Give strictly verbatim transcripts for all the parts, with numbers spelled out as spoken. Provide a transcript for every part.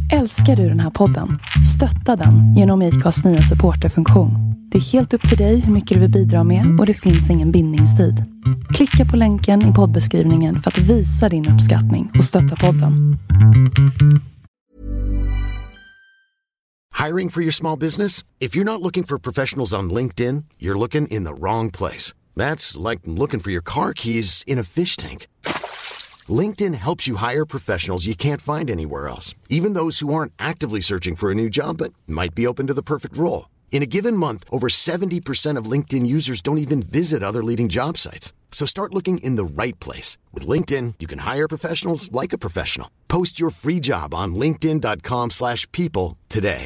Älskar du den här podden? Stötta den genom I C A:s nya supporterfunktion. Det är helt upp till dig hur mycket du vill bidra med och det finns ingen bindningstid. Klicka på länken i poddbeskrivningen för att visa din uppskattning och stötta podden. Hiring for your small business? If you're not looking for professionals on LinkedIn, you're looking in the wrong place. That's like looking for your car keys in a fish tank. LinkedIn helps you hire professionals you can't find anywhere else, even those who aren't actively searching for a new job but might be open to the perfect role. In a given month, over seventy percent of LinkedIn users don't even visit other leading job sites. So start looking in the right place. With LinkedIn, you can hire professionals like a professional. Post your free job on linkedin dot com slash people today.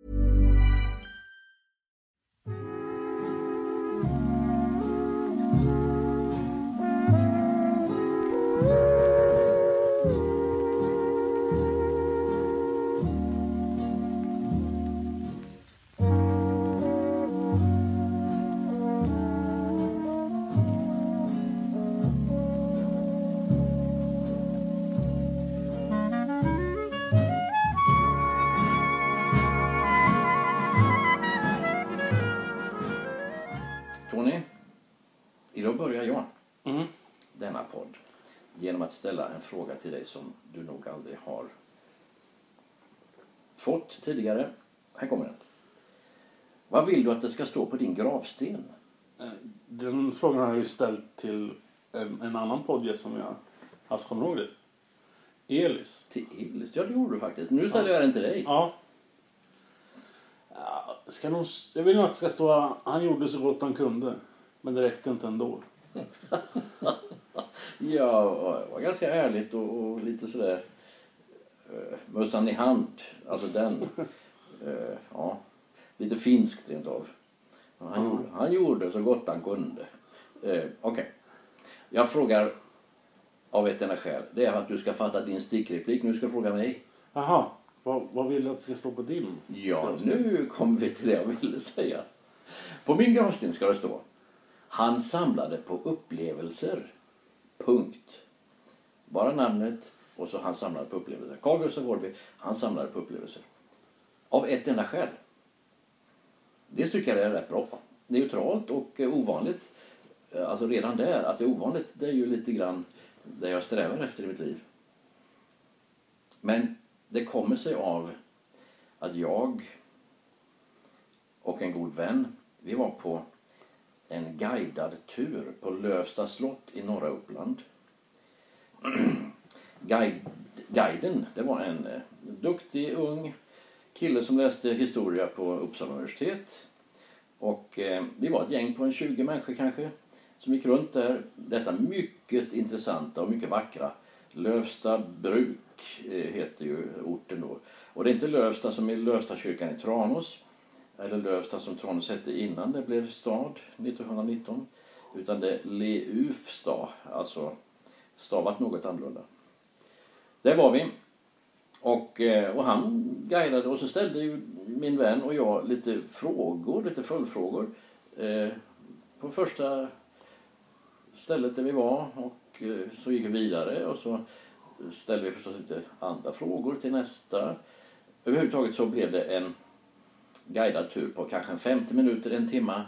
Tony, idag börjar jag Mm. denna podd genom att ställa en fråga till dig som du nog aldrig har fått tidigare. Här kommer den. Vad vill du att det ska stå på din gravsten? Den frågan har jag ju ställt till en, en annan poddgäst som jag haft, kommer ihåg det? Elis. Till Elis? Ja, det gjorde du faktiskt. Nu ställer ja. jag den till dig. Ja. ja ska nog, jag vill nog att det ska stå han gjorde så gott han kunde. Men det räckte inte ändå. Ja, det var ganska ärligt och, och lite sådär uh, mössan i hand. Alltså den. uh, ja, lite finskt rent av. Han, mm. gjorde, han gjorde så gott han kunde. Uh, Okej. Okay. Jag frågar av ett enda skäl. Det är att du ska fatta din stickreplik. Nu ska du fråga mig. Jaha. Vad, vad vill du att det ska stå på din? Ja, nu kommer vi till det jag ville säga. På min gravsten ska det stå: han samlade på upplevelser. Punkt. Bara namnet och så han samlade på upplevelser. Carl Gustaf Wårby, han samlade på upplevelser. Av ett enda skäl. Det tycker jag är rätt bra. Neutralt och ovanligt. Alltså redan där, att det är ovanligt, det är ju lite grann det jag strävar efter i mitt liv. Men det kommer sig av att jag och en god vän, vi var på en guidad tur på Lövsta slott i norra Uppland. Guide, guiden, det var en eh, duktig ung kille som läste historia på Uppsala universitet. Och eh, vi var ett gäng på en tjugo människor kanske som gick runt där. Detta mycket intressanta och mycket vackra Lövsta bruk eh, heter ju orten då. Och det är inte Lövsta som är Lövsta kyrkan i Tranås. Eller Lövsta som Tranås hette innan det blev stad nittonhundranitton. Utan det är Leufstad, alltså stavat något annorlunda. Där var vi. Och, och han guidade och så ställde ju min vän och jag lite frågor, lite följdfrågor. Eh, på första stället där vi var och eh, så gick vi vidare och så ställde vi förstås lite andra frågor till nästa. Överhuvudtaget så blev det en guidad tur på kanske femtio minuter, en timme.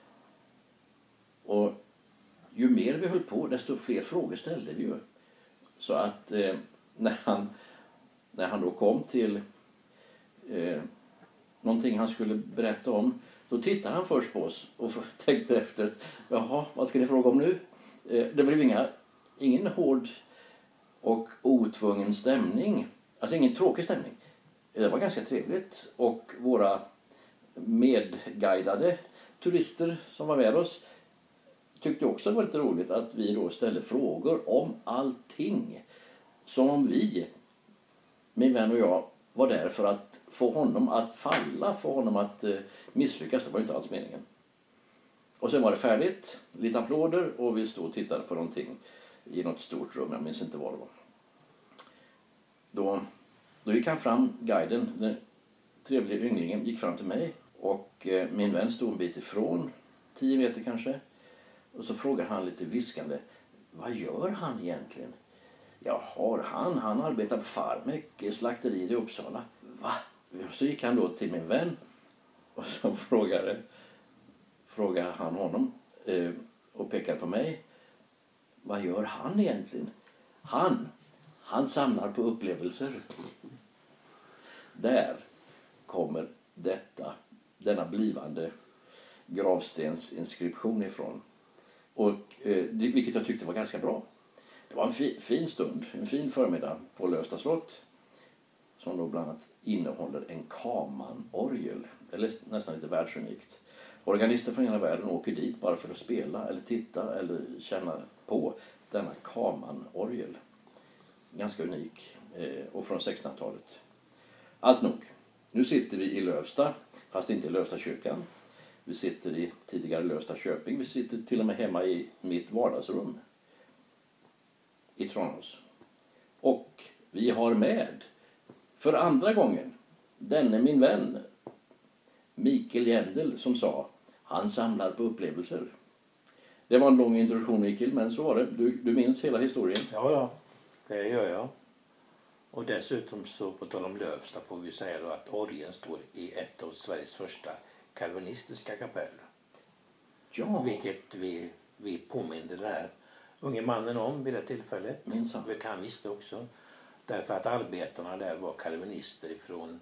Och ju mer vi höll på desto fler frågor ställde vi ju. Så att eh, när, han, när han då kom till eh, någonting han skulle berätta om, så tittade han först på oss och tänkte efter, jaha, vad ska ni fråga om nu? Eh, det blev inga, ingen hård och otvungen stämning. Alltså ingen tråkig stämning. Det var ganska trevligt och våra medguidade turister som var med oss tyckte också det var lite roligt att vi då ställde frågor om allting. Som om vi, min vän och jag, var där för att få honom att falla, få honom att eh, misslyckas. Det var inte alls meningen. Och sen var det färdigt, lite applåder och vi stod och tittade på någonting i något stort rum, jag minns inte vad det var. Då, då gick han fram, guiden, den trevliga ynglingen, gick fram till mig och eh, min vän stod en bit ifrån, tio meter kanske. Och så frågar han lite viskande, vad gör han egentligen? Jaha, han, han arbetar på Farmek, slakteriet i Uppsala. Va? Så gick han då till min vän och så frågade, frågade han honom eh, och pekade på mig. Vad gör han egentligen? Han, han samlar på upplevelser. Där kommer detta, denna blivande gravstensinskription ifrån. Och, eh, vilket jag tyckte var ganska bra. Det var en fi, fin stund, en fin förmiddag på Lövsta slott. Som då bland annat innehåller en Kaman-orgel. Det är nästan lite världsunikt. Organister från hela världen åker dit bara för att spela eller titta eller känna på denna Kaman-orgel. Ganska unik eh, och från sextonhundratalet. Allt nog. Nu sitter vi i Lövsta, fast inte i Lövsta kyrkan. Vi sitter i tidigare Lövsta köping. Vi sitter till och med hemma i mitt vardagsrum i Tranås. Och vi har med för andra gången denne min vän Mikael Jendel som sa han samlar på upplevelser. Det var en lång introduktion, Mikael, men så var det. Du, du minns hela historien? Ja, ja, det gör jag. Och dessutom så på tal om Lövsta får vi säga då att orgeln står i ett av Sveriges första kalvinistiska kapell. Ja. Vilket vi, vi påminner den här unge mannen om vid det tillfället. Minsann. Vi kan visste också. Därför att arbetarna där var kalvinister ifrån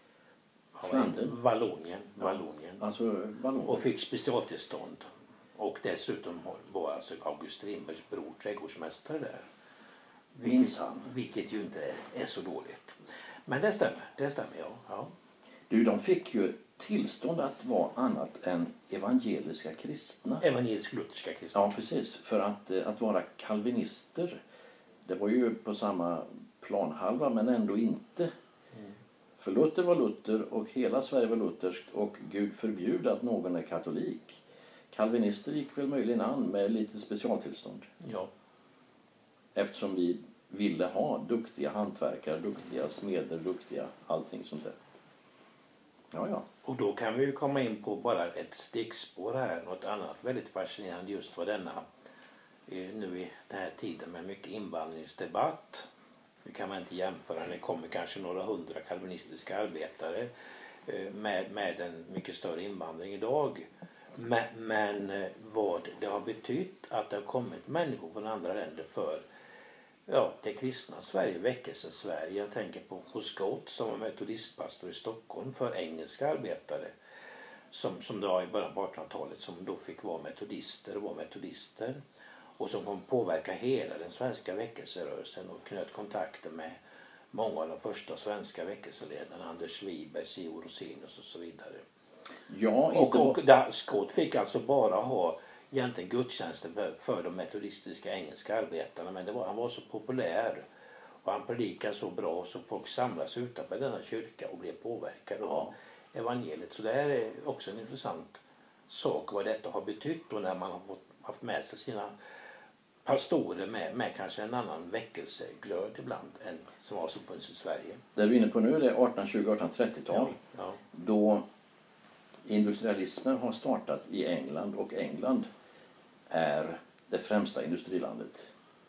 Flandern. Vallonien. Ja. Vallonien. Alltså Vallonien. Och fick specialtillstånd. Och dessutom var alltså August Strindbergs bror trädgårdsmästare där. Vilket, vilket ju inte är så dåligt. Men det stämmer, det stämmer ja. ja. Du, de fick ju tillstånd att vara annat än evangeliska kristna. Evangelisk-lutherska kristna. Ja, precis. För att, att vara kalvinister, det var ju på samma planhalva men ändå inte. Mm. För Luther var Luther och hela Sverige var lutherskt och Gud förbjöd att någon är katolik. Kalvinister gick väl möjligen an med lite specialtillstånd. Ja. Eftersom vi ville ha duktiga hantverkare, duktiga smeder, duktiga allting sånt där. Ja, ja. Och då kan vi ju komma in på bara ett stickspår här. Något annat väldigt fascinerande just för denna nu i den här tiden med mycket invandringsdebatt. Nu kan man inte jämföra. Det kommer kanske några hundra kalvinistiska arbetare med, med en mycket större invandring idag. Men, men vad det har betytt att det har kommit människor från andra länder för ja, det kristna Sverige, väckelse Sverige. Jag tänker på, på Scott som var metodistpastor i Stockholm för engelska arbetare. Som, som då i början på artonhundratalet som då fick vara metodister och var metodister. Och som kom påverka hela den svenska väckelserörelsen och knöt kontakter med många av de första svenska väckelseledarna. Anders Wiberg, Sivor Rosenius och så vidare. Ja, och och där, Scott fick alltså bara ha egentligen gudstjänster för, för de metodistiska engelska arbetarna. Men det var, han var så populär och han predikade så bra så folk samlas utanför denna kyrka och blev påverkade av evangeliet. Så det här är också en intressant sak vad detta har betytt då när man har fått, haft med sig sina pastorer med, med kanske en annan väckelseglöd ibland än som har som funnits i Sverige. Det du är inne på nu är det arton tjugo arton trettio-tal. Ja, ja. Då industrialismen har startat i England och England är det främsta industrilandet.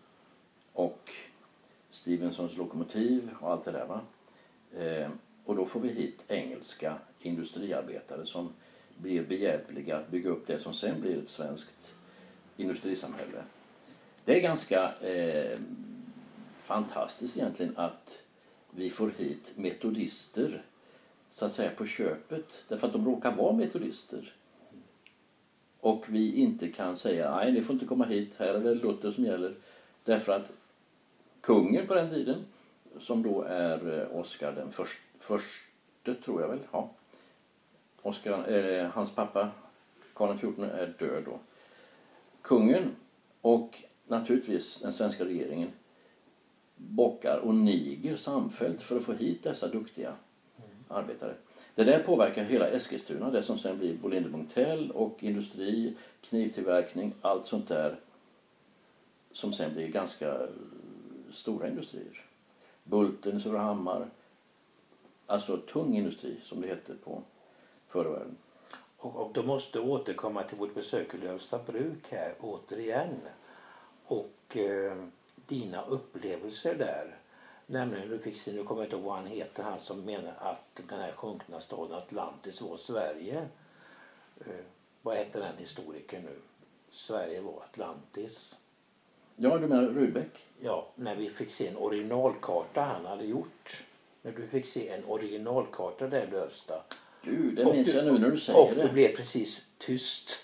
Och Stevensons lokomotiv och allt det där va. Eh, och då får vi hit engelska industriarbetare som blir behjälpliga att bygga upp det som sen blir ett svenskt industrisamhälle. Det är ganska eh, fantastiskt egentligen att vi får hit metodister så att säga på köpet. Därför att de råkar vara metodister. Och vi inte kan säga nej ni får inte komma hit, här är det Luther som gäller. Därför att kungen på den tiden som då är Oscar den först, förste tror jag väl. Ja. Oscar, eh, hans pappa Karl den fjortonde är död då. Kungen och naturligtvis den svenska regeringen bockar och niger samfällt för att få hit dessa duktiga arbetare. Det där påverkar hela Eskilstuna, det som sen blir Bolinder Munktell och industri, knivtillverkning, allt sånt där som sen blir ganska stora industrier. Bulten, Surahammar, alltså tung industri som det heter på förra världen. Och, och då måste återkomma till vårt besök i Lövsta bruk här återigen. Och eh, dina upplevelser där. Nämligen du fick se, nu kommer jag inte ihåg vad han heter, han som menar att den här sjunkna staden Atlantis var Sverige. Eh, vad heter den historiken nu? Sverige var Atlantis. Ja, du menar Rudbeck? Ja, när vi fick se en originalkarta han hade gjort. När du fick se en originalkarta där Lövsta. Du, det minns jag nu när du säger och det. Och det blev precis tyst.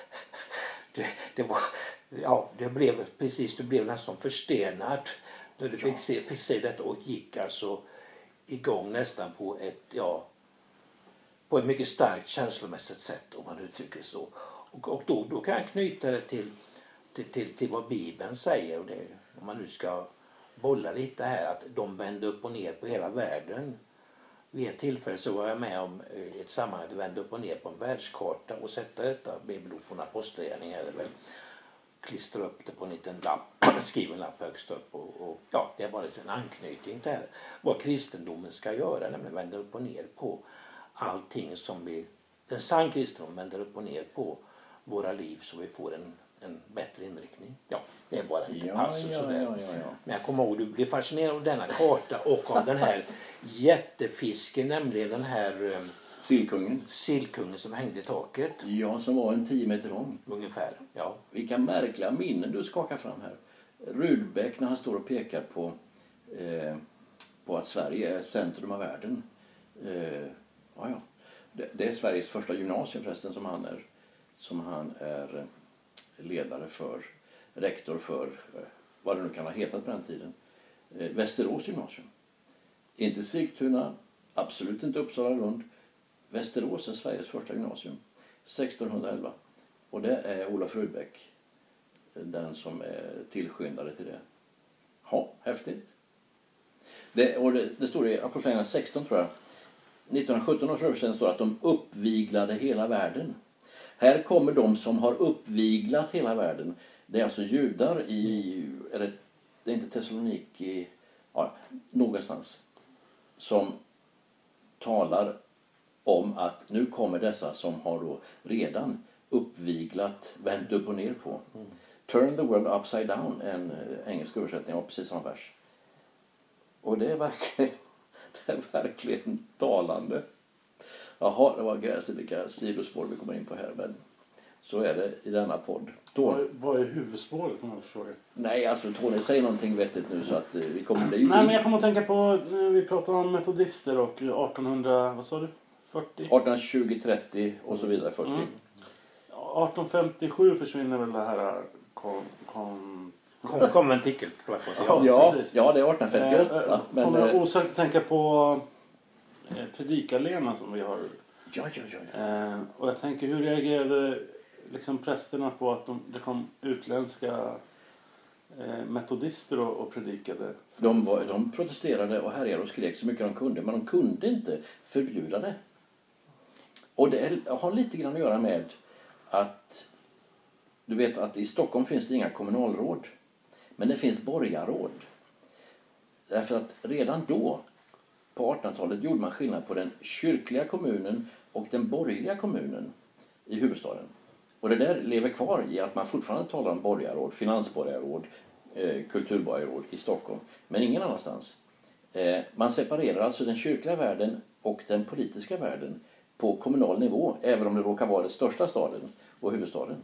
Det, det var, ja, det blev precis, du blev nästan förstenad. När du fick, ja. se, fick se detta och gick alltså igång nästan på ett, ja, på ett mycket starkt känslomässigt sätt om man uttrycker så. Och, och då, då kan jag knyta det till, till, till, till vad Bibeln säger. Och det, om man nu ska bolla lite här, att de vände upp och ner på hela världen. Vid ett tillfälle så var jag med om ett sammanhang att vända upp och ner på en världskarta och sätta detta bibelord från apostlagärningarna eller väl klistra upp det på en liten lapp, skriva en lapp högst upp och, och ja, det är bara en anknytning till det, vad kristendomen ska göra, nämligen vända upp och ner på allting som vi, den sann kristendom vänder upp och ner på våra liv så vi får en, en bättre inriktning. Ja, det är bara en liten ja, passus ja, sådär. ja, ja, ja. Men jag kommer ihåg, du blev fascinerad av denna karta och av den här jättefisken, nämligen den här um, Sillkungen. Sillkungen som hängde i taket. Ja, som var en tio meter lång. Ungefär, ja. Vilka märkliga minnen du skakar fram här. Rudbeck när han står och pekar på, eh, på att Sverige är centrum av världen. Eh, ja, ja. Det, det är Sveriges första gymnasium förresten som han är, som han är ledare för, rektor för, eh, vad det nu kan ha hetat på den tiden. Eh, Västerås gymnasium. Inte Sigtuna, absolut inte Uppsala Lund. Västerås är Sveriges första gymnasium. sextonhundraelva. Och det är Olof Rudbeck, den som är tillskyndare till det. Ja, häftigt. Det, och det, det står i Apostlagärningarna sexton tror jag. nittonhundrasjutton års översättning står att de uppviglade hela världen. Här kommer de som har uppviglat hela världen. Det är alltså judar i, är det, det är inte Thessaloniki, ja, någonstans. Som talar om att nu kommer dessa som har då redan uppviglat, vänt upp och ner på. Mm. Turn the world upside down, en engelsk översättning av precis samma vers. Och det är verkligen, det är verkligen talande. Jaha, det var gräsligt vilka sidospår vi kommer in på här, men så är det i denna podd. Vad, vad är huvudspåret om jag frågar? Nej, alltså Tony, säg någonting vettigt nu så att vi kommer bli... Nej, men jag kommer att tänka på, vi pratar om metodister och artonhundra, vad sa du? fyrtio? arton tjugo trettio och så vidare, fyrtio. Mm. arton femtiosju försvinner väl det här kom... kom... Kom, kom en tikel. Ja, ja, ja, det är arton femtioåtta. Eh, men, får man osökt tänka på eh, predikarlena som vi har. Ja, ja, ja. ja. Eh, och jag tänker, hur reagerade liksom prästerna på att de, det kom utländska eh, metodister och, och predikade? De, var, de protesterade och härjade och skrek så mycket de kunde, men de kunde inte förbjuda det. Och det har lite grann att göra med att du vet att i Stockholm finns det inga kommunalråd, men det finns borgarråd. Därför att redan då på artonhundratalet gjorde man skillnad på den kyrkliga kommunen och den borgerliga kommunen i huvudstaden. Och det där lever kvar i att man fortfarande talar om borgarråd, finansborgarråd, eh, kulturborgarråd i Stockholm, men ingen annanstans. Eh, man separerar alltså den kyrkliga världen och den politiska världen på kommunal nivå, även om det råkar vara den största staden och huvudstaden.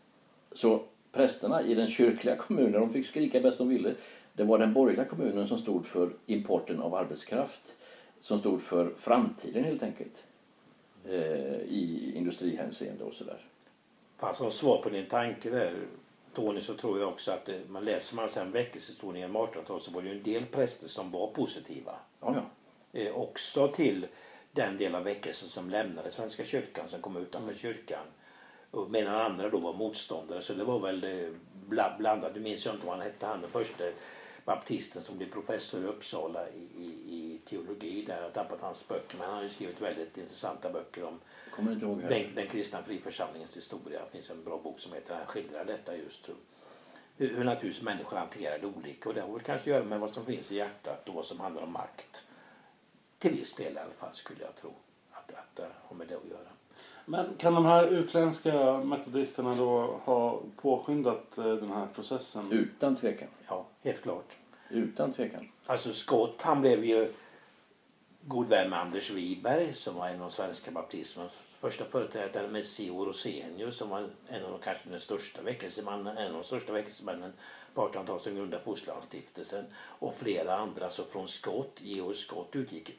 Så prästerna i den kyrkliga kommunen, de fick skrika bäst de ville. Det var den borgerliga kommunen som stod för importen av arbetskraft, som stod för framtiden helt enkelt eh, i industrihänseende och sådär. Fast som svar på din tanke där, Tony, så tror jag också att man läser man sen väckelsehistorien i artonhundratalet så var det ju en del präster som var positiva. Ja, ja. Eh, också till den del av väckelsen som lämnade Svenska kyrkan, som kom utanför mm. kyrkan. Och medan andra då var motståndare, så det var väl blandat. Du minns jag inte vad han hette, han den första baptisten som blev professor i Uppsala i, i, i teologi. Där jag har tappat hans böcker, men han har ju skrivit väldigt intressanta böcker om Kommer inte ihåg den, den kristna friförsamlingens historia. Det finns en bra bok som heter, han skildrar detta just hur, hur naturligtvis människor hanterar det olika, och det har väl kanske att göra med vad som finns i hjärtat och vad som handlar om makt. Till viss del i alla fall, skulle jag tro. Att att, att det har med det att göra. Men kan de här utländska metodisterna då ha påskyndat den här processen? Utan tvekan. Ja, helt klart. Utan tvekan. Alltså Scott, han blev ju god vän med Anders Wiberg som var en av svenska baptismens första företrädare, med C O Rosenius som var en av de, kanske den största väckelsemannen, en av de största väckelsemännen på artonhundratalet som grundade Fosterlandsstiftelsen, och flera andra. Så från Scott, Georg Scott, utgick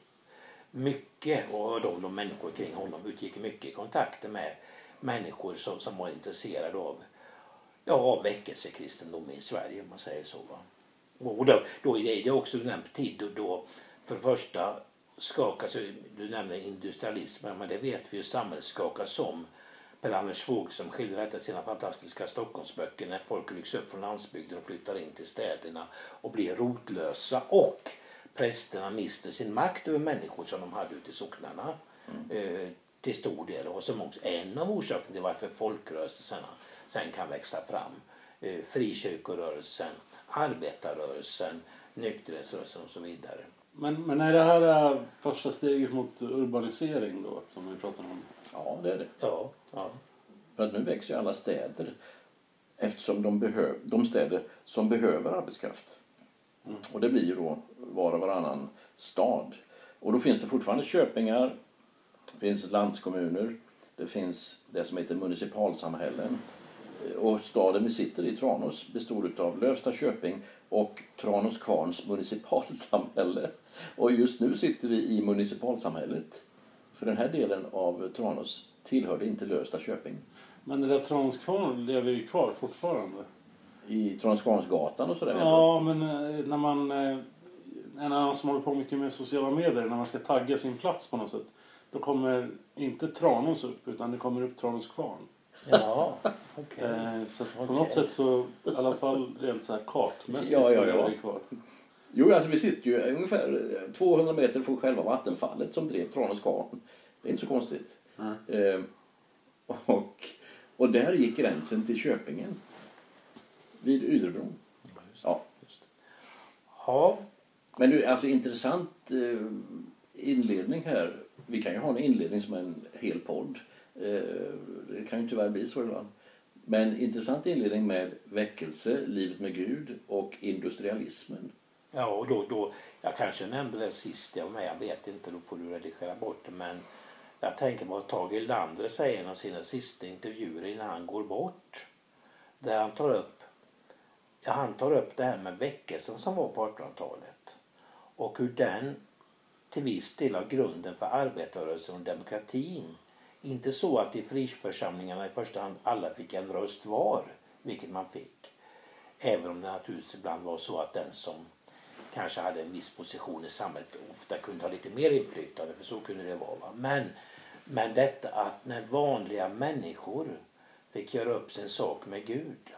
mycket, och de, de människor kring honom utgick mycket i kontakter med människor som, som var intresserade av, ja, av väckelsekristendom i Sverige, om man säger så. Va? Och då, då är det också en tid då, då för det första skakas, du nämner industrialismen, men det vet vi ju, samhället skakas om. Per-Anders Fogh som skildrar detta i sina fantastiska Stockholmsböcker, när folk rycks upp från landsbygden och flyttar in till städerna och blir rotlösa, och prästerna mister sin makt över människor som de hade ute i socknarna mm. eh, till stor del, och som också en av orsakerna till varför folkrörelserna sen kan växa fram. Eh, frikyrkorörelsen, arbetarrörelsen, nykterhetsrörelsen och så vidare. Men, men är det här första steget mot urbanisering då, som vi pratar om? Ja, det är det. Ja, ja. För att nu växer ju alla städer, eftersom de, behöv, de städer som behöver arbetskraft. Mm. Och det blir ju då var och varannan stad. Och då finns det fortfarande köpingar, det finns landskommuner, det finns det som heter municipalsamhällen. Och staden vi sitter i, Tranås, består av Lövsta köping och Tranås kvarns municipalsamhälle. Och just nu sitter vi i municipalsamhället. För den här delen av Tranås tillhörde inte Lövsta köping. Men det där Tranås kvarn lever ju kvar fortfarande. I Tranås kvarnsgatan och sådär? Ja, men när man... En annan som håller på mycket med sociala medier, när man ska tagga sin plats på något sätt, då kommer inte Tranås upp, utan det kommer upp Tranås kvarn. Ja, okej. Okay. Så på okay. något sätt så, i alla fall rent så här kartmässigt, ja, ja, ja. så är det kvar. Jo, alltså vi sitter ju ungefär tvåhundra meter från själva vattenfallet som drev Tranås kvarn. Det är inte så konstigt. Mm. Eh, och, och där gick gränsen till Köpingen. Vid Ydrebron. Ja, just, ja. Just. Ja. Men du, alltså intressant eh, inledning här. Vi kan ju ha en inledning som en hel podd. Eh, det kan ju tyvärr bli så ibland. Men intressant inledning med väckelse, livet med Gud och industrialismen. Ja, och då, då jag kanske nämnde det sist, jag, men jag vet inte, då får du redigera bort det. Men jag tänker på att Tage Erlander säger en av sina sista intervjuer innan han går bort. Där han tar upp, ja, han tar upp det här med väckelsen som var på artonhundratalet. Och hur den till viss del av grunden för arbetarrörelsen och demokratin. Inte så att i friförsamlingarna i första hand alla fick en röst var, vilket man fick. Även om det naturligtvis ibland var så att den som kanske hade en viss position i samhället ofta kunde ha lite mer inflytande, för så kunde det vara. Va? Men, men detta att när vanliga människor fick göra upp sin sak med Gud.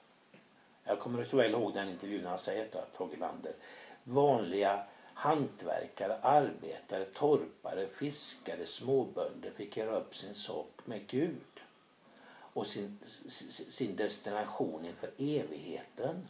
Jag kommer så väl ihåg den intervjun han säger till Tage Erlander. Vanliga hantverkare, arbetare, torpare, fiskare, småbönder fick göra upp sin sak med Gud. Och sin, sin destination inför evigheten.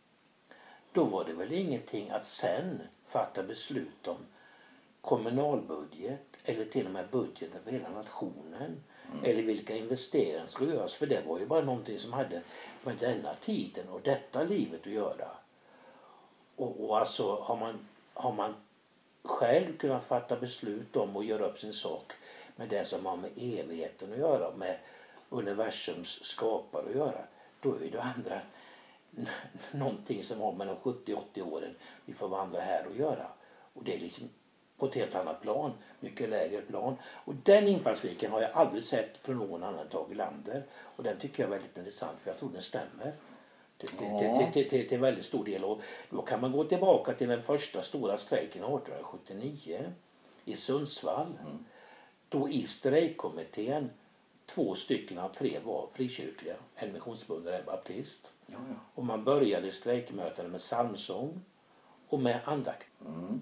Då var det väl ingenting att sen fatta beslut om kommunalbudget eller till och med budgeten för hela nationen. Mm. Eller vilka investeringar skulle göras. För det var ju bara någonting som hade med denna tiden och detta livet att göra. Och, och alltså har man, har man själv kunnat fatta beslut om att göra upp sin sak med det som har med evigheten att göra, med universums skapare att göra, då är det andra någonting som har med de sjuttio åttio åren vi får vandra här och göra. Och det är liksom på ett helt annat plan, mycket lägre plan. Och den infallsvinkeln har jag aldrig sett från någon annan Tage Erlander. Och den tycker jag är väldigt intressant, för jag tror den stämmer till, till, till, till, till, till väldigt stor del. Och då kan man gå tillbaka till den första stora strejken arton sjuttionio i Sundsvall. Mm. Då i strejkkommittén två stycken av tre var frikyrkliga, en missionsbunden och en baptist. Ja, ja. Och man började strejkmötena med psalmsång och med andakt. Mm.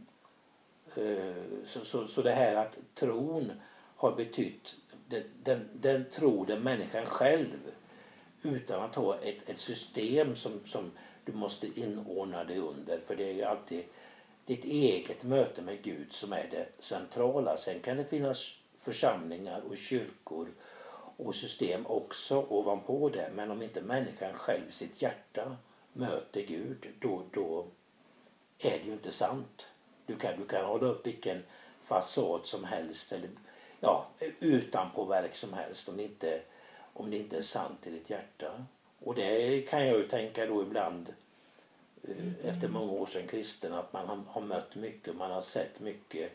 Så, så, så det här att tron har betytt den, den, den tror den människan själv utan att ha ett, ett system som, som du måste inordna dig under. För det är ju alltid ditt eget möte med Gud som är det centrala. Sen kan det finnas församlingar och kyrkor och system också ovanpå det. Men om inte människan själv i sitt hjärta möter Gud, då, då är det ju inte sant. Du kan, du kan hålla upp vilken fasad som helst eller ja, utanpåverk som helst om det, inte, om det inte är sant i ditt hjärta. Och det kan jag ju tänka då ibland mm. efter många år sedan kristen, att man har, har mött mycket, man har sett mycket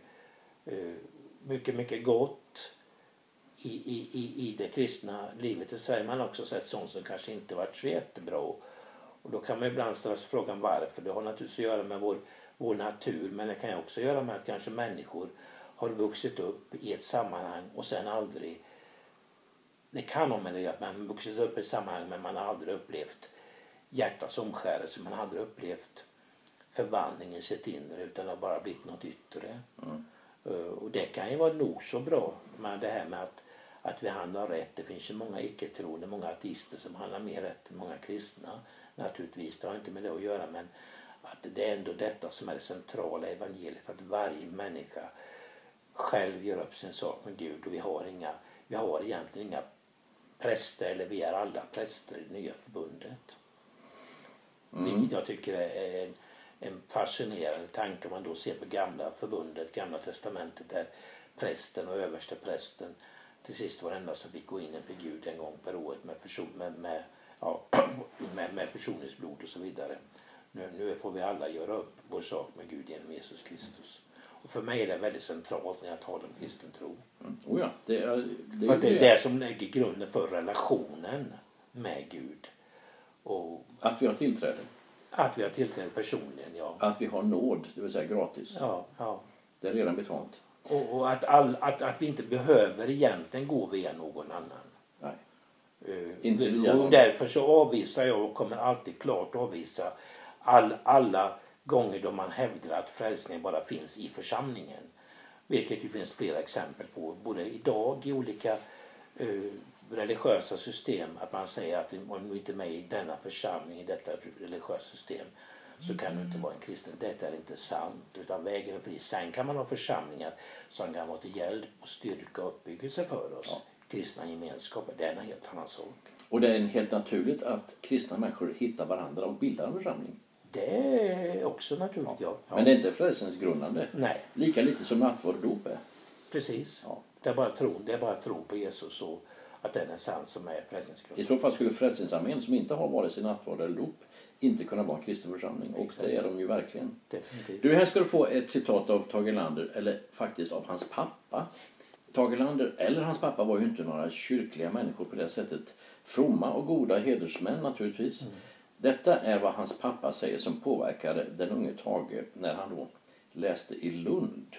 mycket, mycket gott i, i, i, i det kristna livet i Sverige. Man har också sett sånt som kanske inte varit så jättebra. Och då kan man ibland ställa sig frågan varför. Det har naturligtvis att göra med vår, vår natur, men det kan ju också göra med att kanske människor har vuxit upp i ett sammanhang och sen aldrig, det kan ha med det att man har vuxit upp i ett sammanhang men man har aldrig upplevt hjärtats omskärelse, man har aldrig upplevt förvandling i sitt inre, utan det har bara blivit något yttre. Mm. Och det kan ju vara nog så bra med det här med att, att vi handlar rätt. Det finns ju många icke-troende, många ateister som handlar mer rätt än många kristna. Naturligtvis, det har inte med det att göra, men att det är ändå detta som är det centrala evangeliet, att varje människa själv gör upp sin sak med Gud, och vi har, inga, vi har egentligen inga präster, eller vi är alla präster i det nya förbundet. Mm. Vilket jag tycker är en, en fascinerande tanke om man då ser på gamla förbundet, gamla testamentet, där prästen och överste prästen till sist var enda som fick gå in inför Gud en gång per år med, person, med, med, ja, med, med försoningsblod och så vidare. Nu, nu får vi alla göra upp vår sak med Gud genom Jesus Kristus. Och för mig är det väldigt centralt när jag talar om kristen tro. Mm. Oh ja, det är, det är för att det är det som lägger grunden för relationen med Gud. Och att vi har tillträde. Att vi har tillträde personligen, ja. Att vi har nåd, det vill säga gratis. Ja, ja. Det är redan betalt. Och, och att, all, att, att vi inte behöver egentligen gå via någon annan. Nej. Uh, inte vi, via och någon. därför så avvisar jag och kommer alltid klart avvisa all, alla gånger då man hävdar att frälsningen bara finns i församlingen. Vilket ju finns flera exempel på, både idag i olika uh, religiösa system, att man säger att om du inte är med i denna församling, i detta religiösa system, så kan du inte vara en kristen. Detta är inte sant, utan vägen är fri. Sen kan man ha församlingar som kan vara till hjälp och styrka och uppbyggelse för oss. Ja. Kristna gemenskaper, det är en helt annan sak. Och det är helt naturligt att kristna människor hittar varandra och bildar en församling. Det är också naturligt, ja. ja. Men det är inte frälsens grundande. Nej. Lika lite som nattvard och dop är. Precis. Ja. Det är bara tro, det är bara tro på Jesus och att den är sann som är frälsningsgrund. I så fall skulle frälsningsarmén, som inte har vare sig nattvard eller dop, inte kunna vara en kristen församling. Och det är de ju verkligen. Definitivt. Du, här ska du få ett citat av Tage Erlander, eller faktiskt av hans pappa. Tage Erlander eller hans pappa var ju inte några kyrkliga människor på det sättet. Fromma och goda hedersmän naturligtvis. Mm. Detta är vad hans pappa säger som påverkade den unge Tage när han då läste i Lund.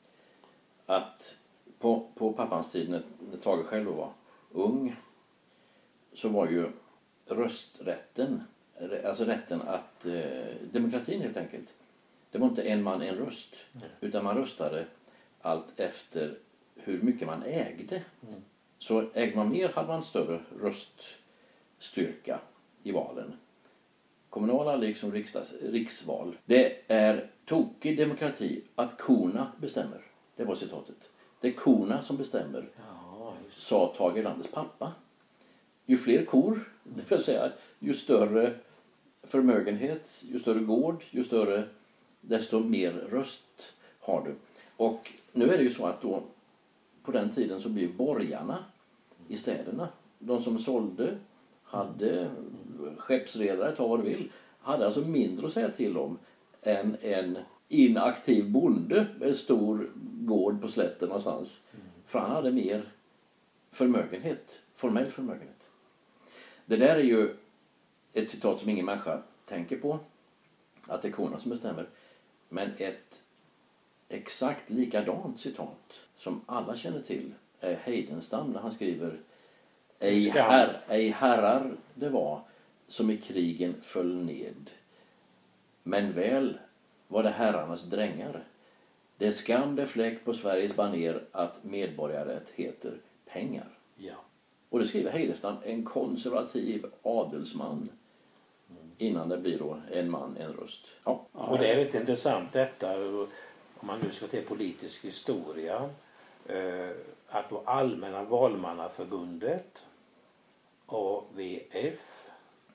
Att på, på pappans tid, när, när Tage själv var ung, så var ju rösträtten, alltså rätten att, eh, demokratin helt enkelt, det var inte en man en röst, mm. utan man röstade allt efter hur mycket man ägde. Mm. Så ägde man mer hade man större röststyrka i valen. Kommunala liksom riksdags, riksval. Det är tokig demokrati att korna bestämmer. Det var citatet. Det är korna som bestämmer, ja, sa Tage Erlanders pappa. Ju fler kor, det vill säga, ju större förmögenhet, ju större gård, ju större, desto mer röst har du. Och nu är det ju så att då, på den tiden så blir borgarna i städerna, de som sålde, hade skeppsredare, ta vad du vill, hade alltså mindre att säga till om än en inaktiv bonde med en stor gård på slätten någonstans. Mm. För han hade mer förmögenhet, formell förmögenhet. Det där är ju ett citat som ingen människa tänker på, att det är korna som bestämmer. Men ett exakt likadant citat som alla känner till är Heidenstam när han skriver Ej, herr, ej herrar det var som i krigen föll ned, men väl var det herrarnas drängar. Det är skam det fläck på Sveriges baner att medborgarrätt heter pengar. Ja. Och det skriver Heidenstam, en konservativ adelsman, mm. innan det blir då en man, en röst. Ja. Och det är lite intressant detta, om man nu ska till politisk historia, Eh, att då Allmänna valmannaförbundet, A V F,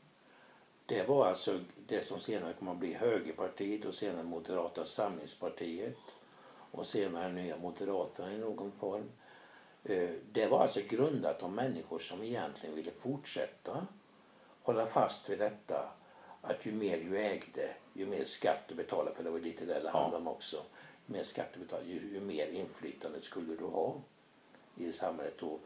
det var alltså det som senare kommer att bli Högerpartiet och senare Moderata samlingspartiet och senare Nya Moderaterna i någon form. Eh, det var alltså grundat av människor som egentligen ville fortsätta hålla fast vid detta, att ju mer du ägde, ju mer skatt du betalade, för det var lite det det handlade om också. Ju mer skatt du betalade, ju, ju mer inflytande skulle du ha i samhället. Och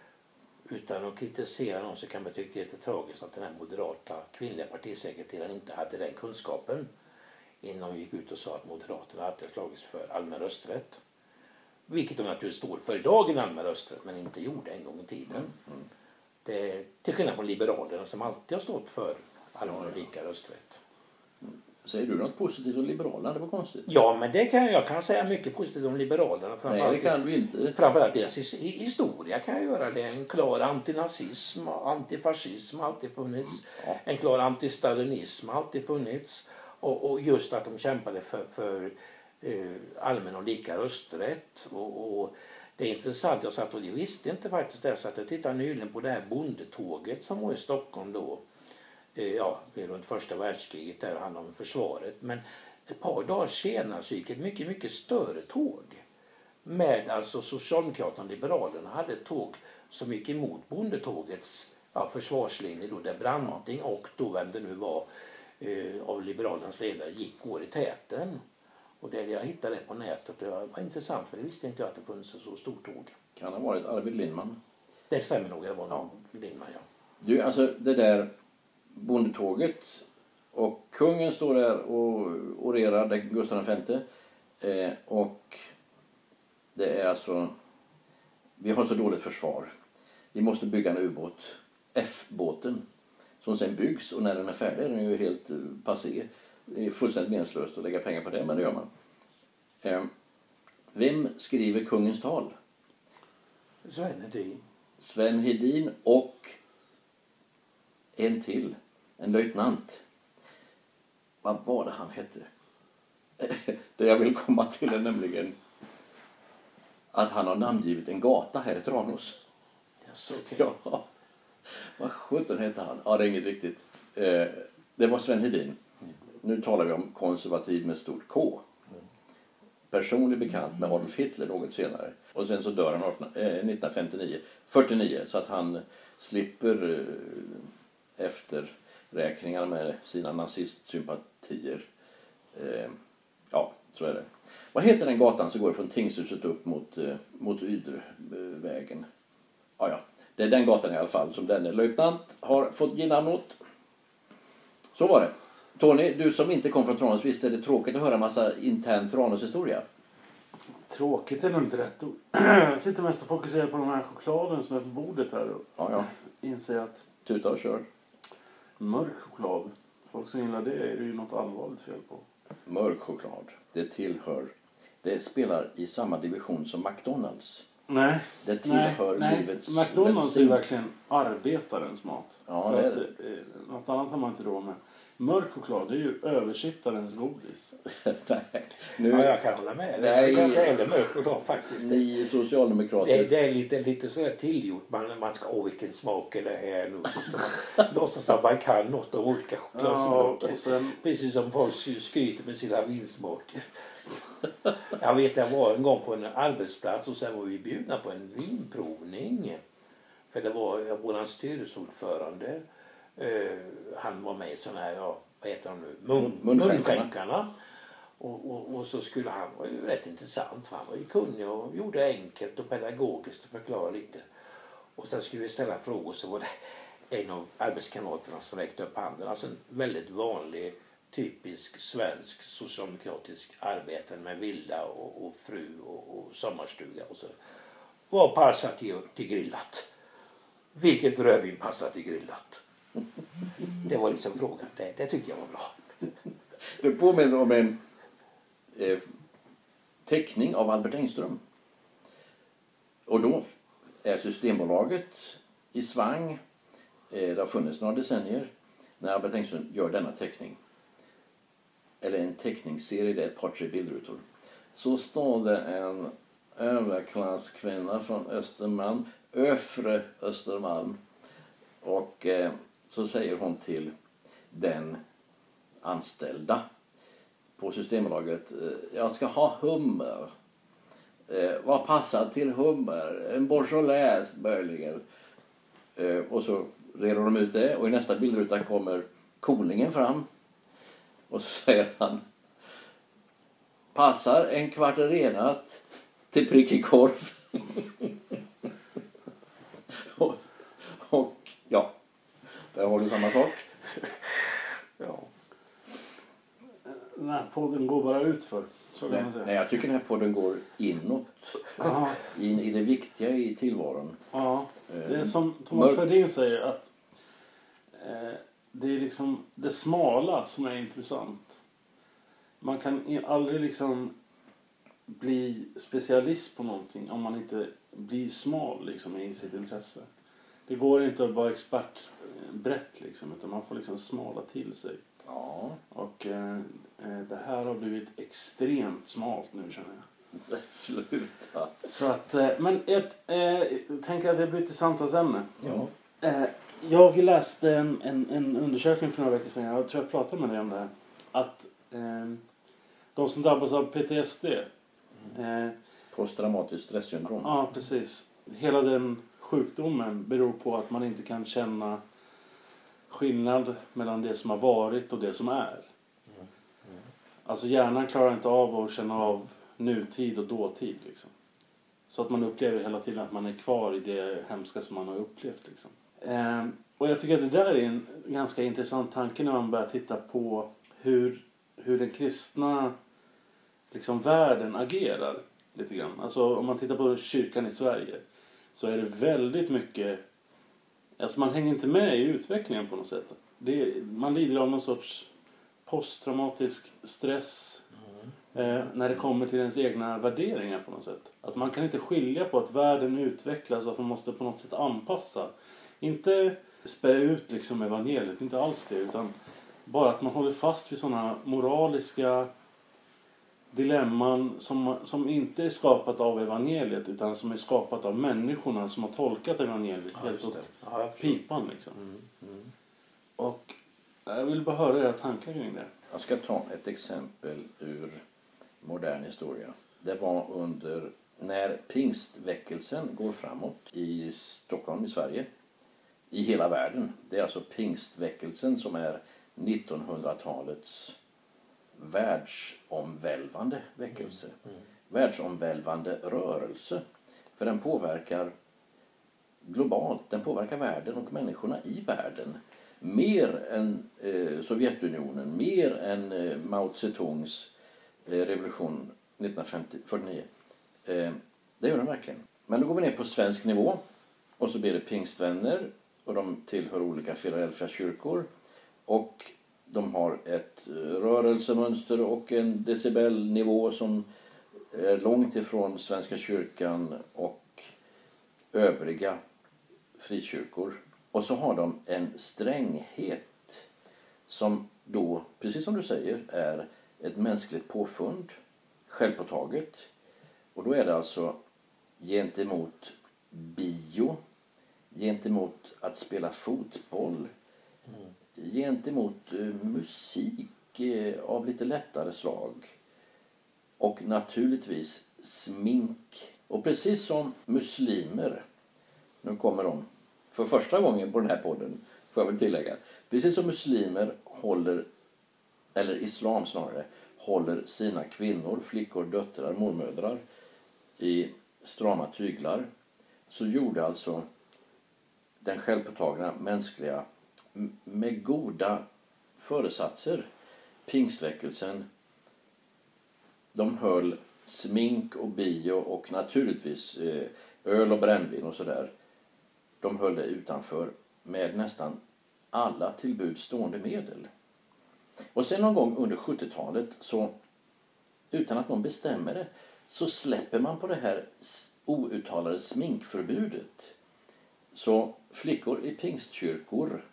utan att kritisera någon så kan man tycka det är lite tragiskt att den här moderata kvinnliga partisekreteraren inte hade den kunskapen innan hon gick ut och sa att Moderaterna alltid slagits för allmän rösträtt. Vilket de naturligtvis står för idag i allmän rösträtt, men inte gjorde en gång i tiden. Mm. Mm. Det, till skillnad från Liberalerna som alltid har stått för allmän och lika rösträtt. Mm. Säger du något positivt om Liberalerna? Det var konstigt. Ja, men det kan jag kan säga mycket positivt om Liberalerna. Nej, det kan du inte. Framförallt deras historia kan jag göra det. En klar antinazism, antifascism har alltid funnits. Ja. En klar antistalinism har alltid funnits. Och, och just att de kämpade för, för eh, allmän och lika rösträtt. Och, och det är intressant, jag satt och jag visste inte faktiskt det, så att jag tittade nyligen på det här bondetåget som var i Stockholm då. Ja, runt första världskriget där handlade om försvaret. Men ett par dagar senare så gick ett mycket, mycket större tåg. Med alltså Socialdemokraterna och Liberalerna hade ett tåg som gick emot bondetågets ja, försvarslinje då, där Branting och då vem det nu var eh, av Liberalernas ledare gick går i täten. Och det jag hittade det på nätet, det var intressant för det visste inte jag att det funnits ett så stort tåg. Kan ha varit Arvid Lindman. Det stämmer nog, det var någon ja. Lindman, ja. Du, alltså det där bondetåget och kungen står där och orerar, Gustav den femte, eh, och det är alltså vi har så dåligt försvar, vi måste bygga en ubåt, F-båten, som sen byggs och när den är färdig är den ju helt uh, passé. Det är fullständigt meningslöst att lägga pengar på det, men det gör man. eh, vem skriver kungens tal? Sven Hedin. Sven Hedin och en till, en löjtnant. Vad var det han hette? Det jag vill komma till är nämligen att han har namngivit en gata här i Tranås. Yes, okay. Ja. Vad sjutton hette han? Ja, det är inget viktigt. Eh, det var Sven Hedin. Nu talar vi om konservativ med stort K. Personlig bekant med Adolf Hitler något senare. Och sen så dör han nittonhundrafemtionio, fyrtionio, så att han slipper eh, efterräkningar med sina nazistsympatier. Eh, ja, så är det. Vad heter den gatan som går från Tingshuset upp mot, eh, mot Ydrevägen? Ja, ja. Det är den gatan i alla fall som denne löjtnant har fått ge namn åt. Så var det. Tony, du som inte kom från Tranås, visst är det tråkigt att höra en massa intern Tranås-historia? Tråkigt är nog inte rätt ord. Jag sitter mest och fokuserar på de här chokladen som är på bordet här och ja, ja. inser att tuta och kör. Mörk choklad, folk som gillar det är det ju något allvarligt fel på. Mörk choklad, det tillhör, det spelar i samma division som McDonalds. Nej, det tillhör nej, livets nej. McDonalds välsign. är verkligen arbetarens mat. Ja, för det är att, det. Eh, något annat har man inte råd med. Mörk choklad, det är ju översittarens godis. Nej, nu, ja, jag kan hålla med. Nej, jag kan inte heller mörk choklad faktiskt. Ni socialdemokrater. Det, det är lite, lite så här tillgjort. Man, man ska, åh vilken smak är det här nu. Så ska man låtsas att man kan något om olika chokladsmaker. Ja, sen... Precis som folk skryter med sina vinsmaker. Jag vet, jag var en gång på en arbetsplats och sen var vi bjudna på en vinprovning. För det var våran styrelseordförande. Uh, han var med i sådana här, ja, vad heter de nu? Mun, munskänkarna. Och, och, och så skulle han, var ju rätt intressant. Han var ju kunnig och gjorde enkelt och pedagogiskt att förklara lite. Och sen skulle vi ställa frågor, så var det en av arbetskamraterna som räckte upp handen. Alltså en väldigt vanlig, typisk svensk socialdemokratisk arbetare med villa och, och fru och, och sommarstuga. Och så. Vad passar till, till grillat? Vilket rödvin passar till grillat? Det var liksom frågan. Det, det tycker jag var bra. Det påminner om en eh, teckning av Albert Engström. Och då är Systembolaget i svang. Eh, det har funnits några decennier när Albert Engström gör denna teckning. Eller en teckningsserie, det är ett par tre bildrutor. Så står det en överklasskvinna från Östermalm, Öfre Östermalm. Och eh, så säger hon till den anställda på Systembolaget: eh, jag ska ha hummer. Eh, vad passar till hummer? En Beaujolais möjligen. Eh, och så reder de ut det, och i nästa bildruta kommer Kolingen fram. Och så säger han: passar en kvarterenat till prickig korv. och, och ja, där har du samma sak. Ja. Den här podden går bara ut för. Så kan Nej, man säga. nej, jag tycker den här podden går inåt. In i det viktiga i tillvaron. Ja, det är som Thomas Mör- Ferdin säger, att eh, det är liksom det smala som är intressant. Man kan i- aldrig liksom bli specialist på någonting om man inte blir smal liksom i sitt intresse. Det går inte att vara expert eh, brett liksom, utan man får liksom smala till sig. Ja, Och eh, eh, det här har blivit extremt smalt nu, känner jag. sluta. Så att, eh, men ett, eh, jag tänker att det blir ett samtalsämne. Ja. Eh, jag läste en, en, en undersökning för några veckor sedan. Jag tror jag pratade med dig om det här. Att eh, de som drabbas av P T S D. Eh, Posttraumatiskt stresssyndrom. ja, precis. Hela den sjukdomen beror på att man inte kan känna skillnad mellan det som har varit och det som är. Alltså hjärnan klarar inte av att känna av nutid och dåtid liksom. Så att man upplever hela tiden att man är kvar i det hemska som man har upplevt liksom. Eh, och jag tycker att det där är en ganska intressant tanke när man börjar titta på hur, hur den kristna liksom världen agerar lite grann. Alltså om man tittar på kyrkan i Sverige så är det väldigt mycket, alltså man hänger inte med i utvecklingen på något sätt. Det, man lider av någon sorts posttraumatisk stress eh, när det kommer till ens egna värderingar på något sätt. Att man kan inte skilja på att världen utvecklas och att man måste på något sätt anpassa. Inte spä ut liksom evangeliet, inte alls det, utan bara att man håller fast vid sådana moraliska dilemman som, som inte är skapat av evangeliet, utan som är skapat av människorna som har tolkat evangeliet Ja, helt just det. åt Ja, jag förstår. pipan liksom. Mm, mm. Och jag vill bara höra era tankar kring det. Jag ska ta ett exempel ur modern historia. Det var under när pingstväckelsen går framåt i Stockholm i Sverige, i hela världen. Det är alltså pingstväckelsen som är nittonhundratalets världsomvälvande väckelse. Mm. Världsomvälvande rörelse. För den påverkar globalt, den påverkar världen och människorna i världen. Mer än eh, Sovjetunionen, mer än eh, Mao Zedongs eh, revolution nittonhundrafyrtionio. Eh, det gör den verkligen. Men då går vi ner på svensk nivå och så blir det pingstvänner och de tillhör olika Philadelphia kyrkor och de har ett rörelsemönster och en decibelnivå som är långt ifrån Svenska kyrkan och övriga frikyrkor. Och så har de en stränghet som då, precis som du säger, är ett mänskligt påfund, självpåtaget. Och då är det alltså gentemot bio, gentemot att spela fotboll, mm. gentemot uh, musik uh, av lite lättare slag och naturligtvis smink. Och precis som muslimer, nu kommer de för första gången på den här podden, får jag väl tillägga, precis som muslimer håller, eller islam snarare, håller sina kvinnor, flickor, döttrar, mormödrar i strama tyglar, så gjorde alltså den självpåtagna mänskliga med goda föresatser pingstväckelsen. De höll smink och bio och naturligtvis öl och brännvin och sådär. De höll det utanför med nästan alla tillbudstående medel. Och sen någon gång under sjuttiotalet, så utan att någon bestämmer det, så släpper man på det här outtalade sminkförbudet. Så flickor i pingstkyrkor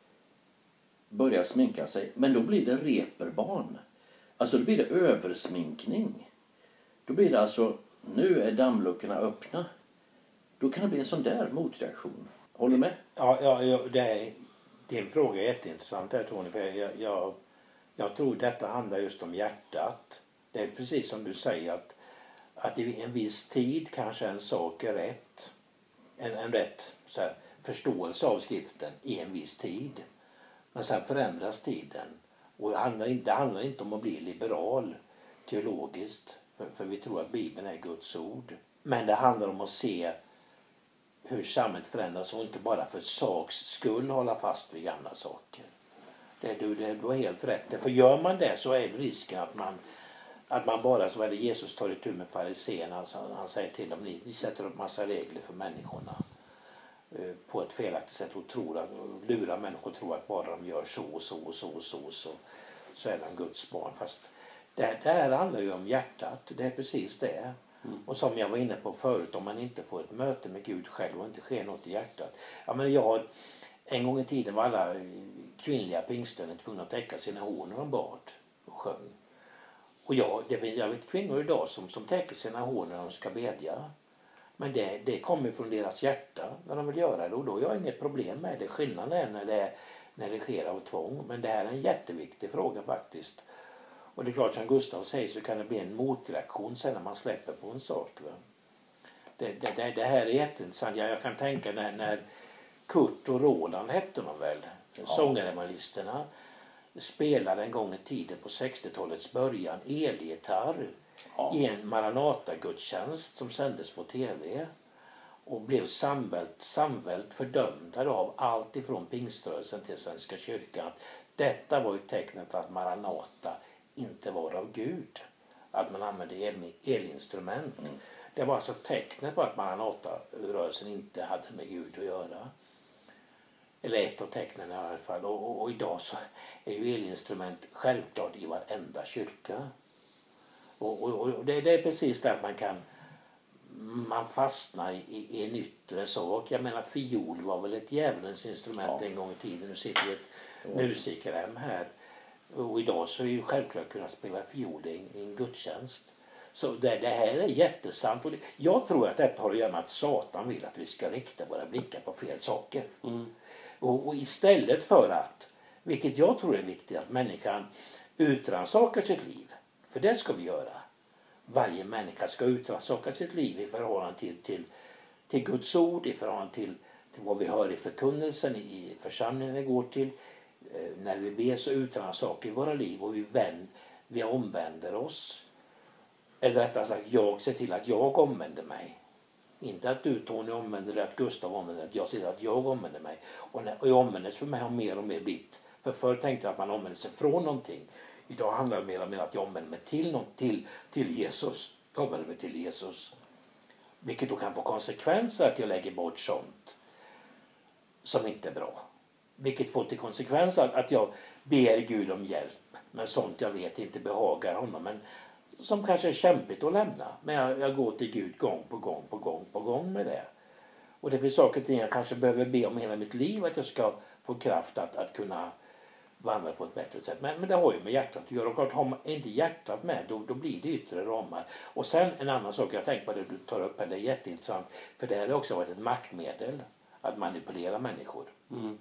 börjar sminka sig, men då blir det reperbarn. Alltså då blir det översminkning. Då blir det alltså nu är dammluckorna öppna. Då kan det bli en sån där motreaktion. Håller du med? Ja, ja, ja det är, din fråga är jätteintressant här, Tony. För jag, jag, jag tror detta handlar just om hjärtat. Det är precis som du säger att, att i en viss tid kanske en sak är rätt. En, en rätt så här, förståelse av skriften i en viss tid. Men sen förändras tiden. Och det handlar inte, det handlar inte om att bli liberal teologiskt. För, för vi tror att Bibeln är Guds ord. Men det handlar om att se hur samhället förändras och inte bara för saks skull hålla fast vid gamla saker. Det, du, det, du har helt rätt. För gör man det så är det risken att man, att man bara, så är det Jesus tar itu med fariséerna. Alltså, han säger till dem, ni, ni sätter upp massa regler för människorna eh, på ett felaktigt sätt och tror att, och lurar människor att tro att bara de gör så och så och så och så, så, så är de Guds barn. Fast det, det här handlar ju om hjärtat. Det är precis det. Mm. Och som jag var inne på förut, om man inte får ett möte med Gud själv och inte sker något i hjärtat. Ja, men jag har, en gång i tiden var alla kvinnliga pingstvänner tvungna att täcka sina hår när de bad och sjöng. Och jag, det, jag vet kvinnor idag som, som täcker sina hår när de ska bedja. Men det, det kommer från deras hjärta när de vill göra det. Och då har jag inget problem med det. Skillnaden är när det, när det sker av tvång. Men det här är en jätteviktig fråga faktiskt. Och det är klart, som Gustav säger, så kan det bli en motreaktion sen när man släpper på en sak. Va? Det, det, det, det här är jätteintressant. Jag, jag kan tänka när, när Kurt och Roland hette de väl, ja. Sångarevangelisterna, spelade en gång i tiden på sextiotalets början elgitarr ja. i en Maranata-gudstjänst som sändes på tv. Och blev samvält, samvält fördömda av allt ifrån pingströrelsen till Svenska kyrkan. Detta var ju tecknet att Maranata inte var av Gud. Att man använde el, elinstrument. Mm. Det var alltså tecknet på att Maranata-rörelsen inte hade med Gud att göra. Eller ett av tecknen i alla fall. Och, och, och idag så är ju elinstrument självklart i varenda kyrka. Och, och, och det, det är precis det att man kan man fastnar i, i en yttre sak. Jag menar, fiol var väl ett djävulens instrument ja. en gång i tiden. Nu sitter vi ett musikerhem här. Och idag så är ju självklart kunna spela fiol i en, i en gudstjänst. Så det, det här är jättesant. Och det, jag tror att detta har att göra med att Satan vill att vi ska rikta våra blickar på fel saker. Mm. Och, och istället för att, vilket jag tror är viktigt, att människan utransakar sitt liv. För det ska vi göra. Varje människa ska utransaka sitt liv i förhållande till, till, till Guds ord, i förhållande till, till vad vi hör i förkunnelsen, i församlingen vi går till. När vi ber så utransakar i våra liv och vi, vänd, vi omvänder oss. Eller rättare sagt, jag ser till att jag omvänder mig. Inte att du, Tony, omvänder dig, att Gustav omvänder dig. Jag ser till att jag omvänder mig. Och, när, och jag omvänder för mig har mer och mer blivit. För förr tänkte jag att man omvänder sig från någonting. Idag handlar det mer och mer att jag omvänder mig till, något, till, till Jesus. Jag omvänder mig till Jesus. Vilket då kan få konsekvenser att jag lägger bort sånt som inte är bra. Vilket får till konsekvens att jag ber Gud om hjälp. Men sånt jag vet inte behagar honom. Men som kanske är kämpigt att lämna. Men jag, jag går till Gud gång på gång på gång på gång med det. Och det finns saker och ting jag kanske behöver be om hela mitt liv. Att jag ska få kraft att, att kunna vandra på ett bättre sätt. Men, men det har ju med hjärtat att göra. Och klart, har man inte hjärtat med, då, då blir det yttre ramar. Och sen en annan sak jag tänker på det du tar upp här. Det är jätteintressant. För det här har också varit ett maktmedel. Att manipulera människor. Mm.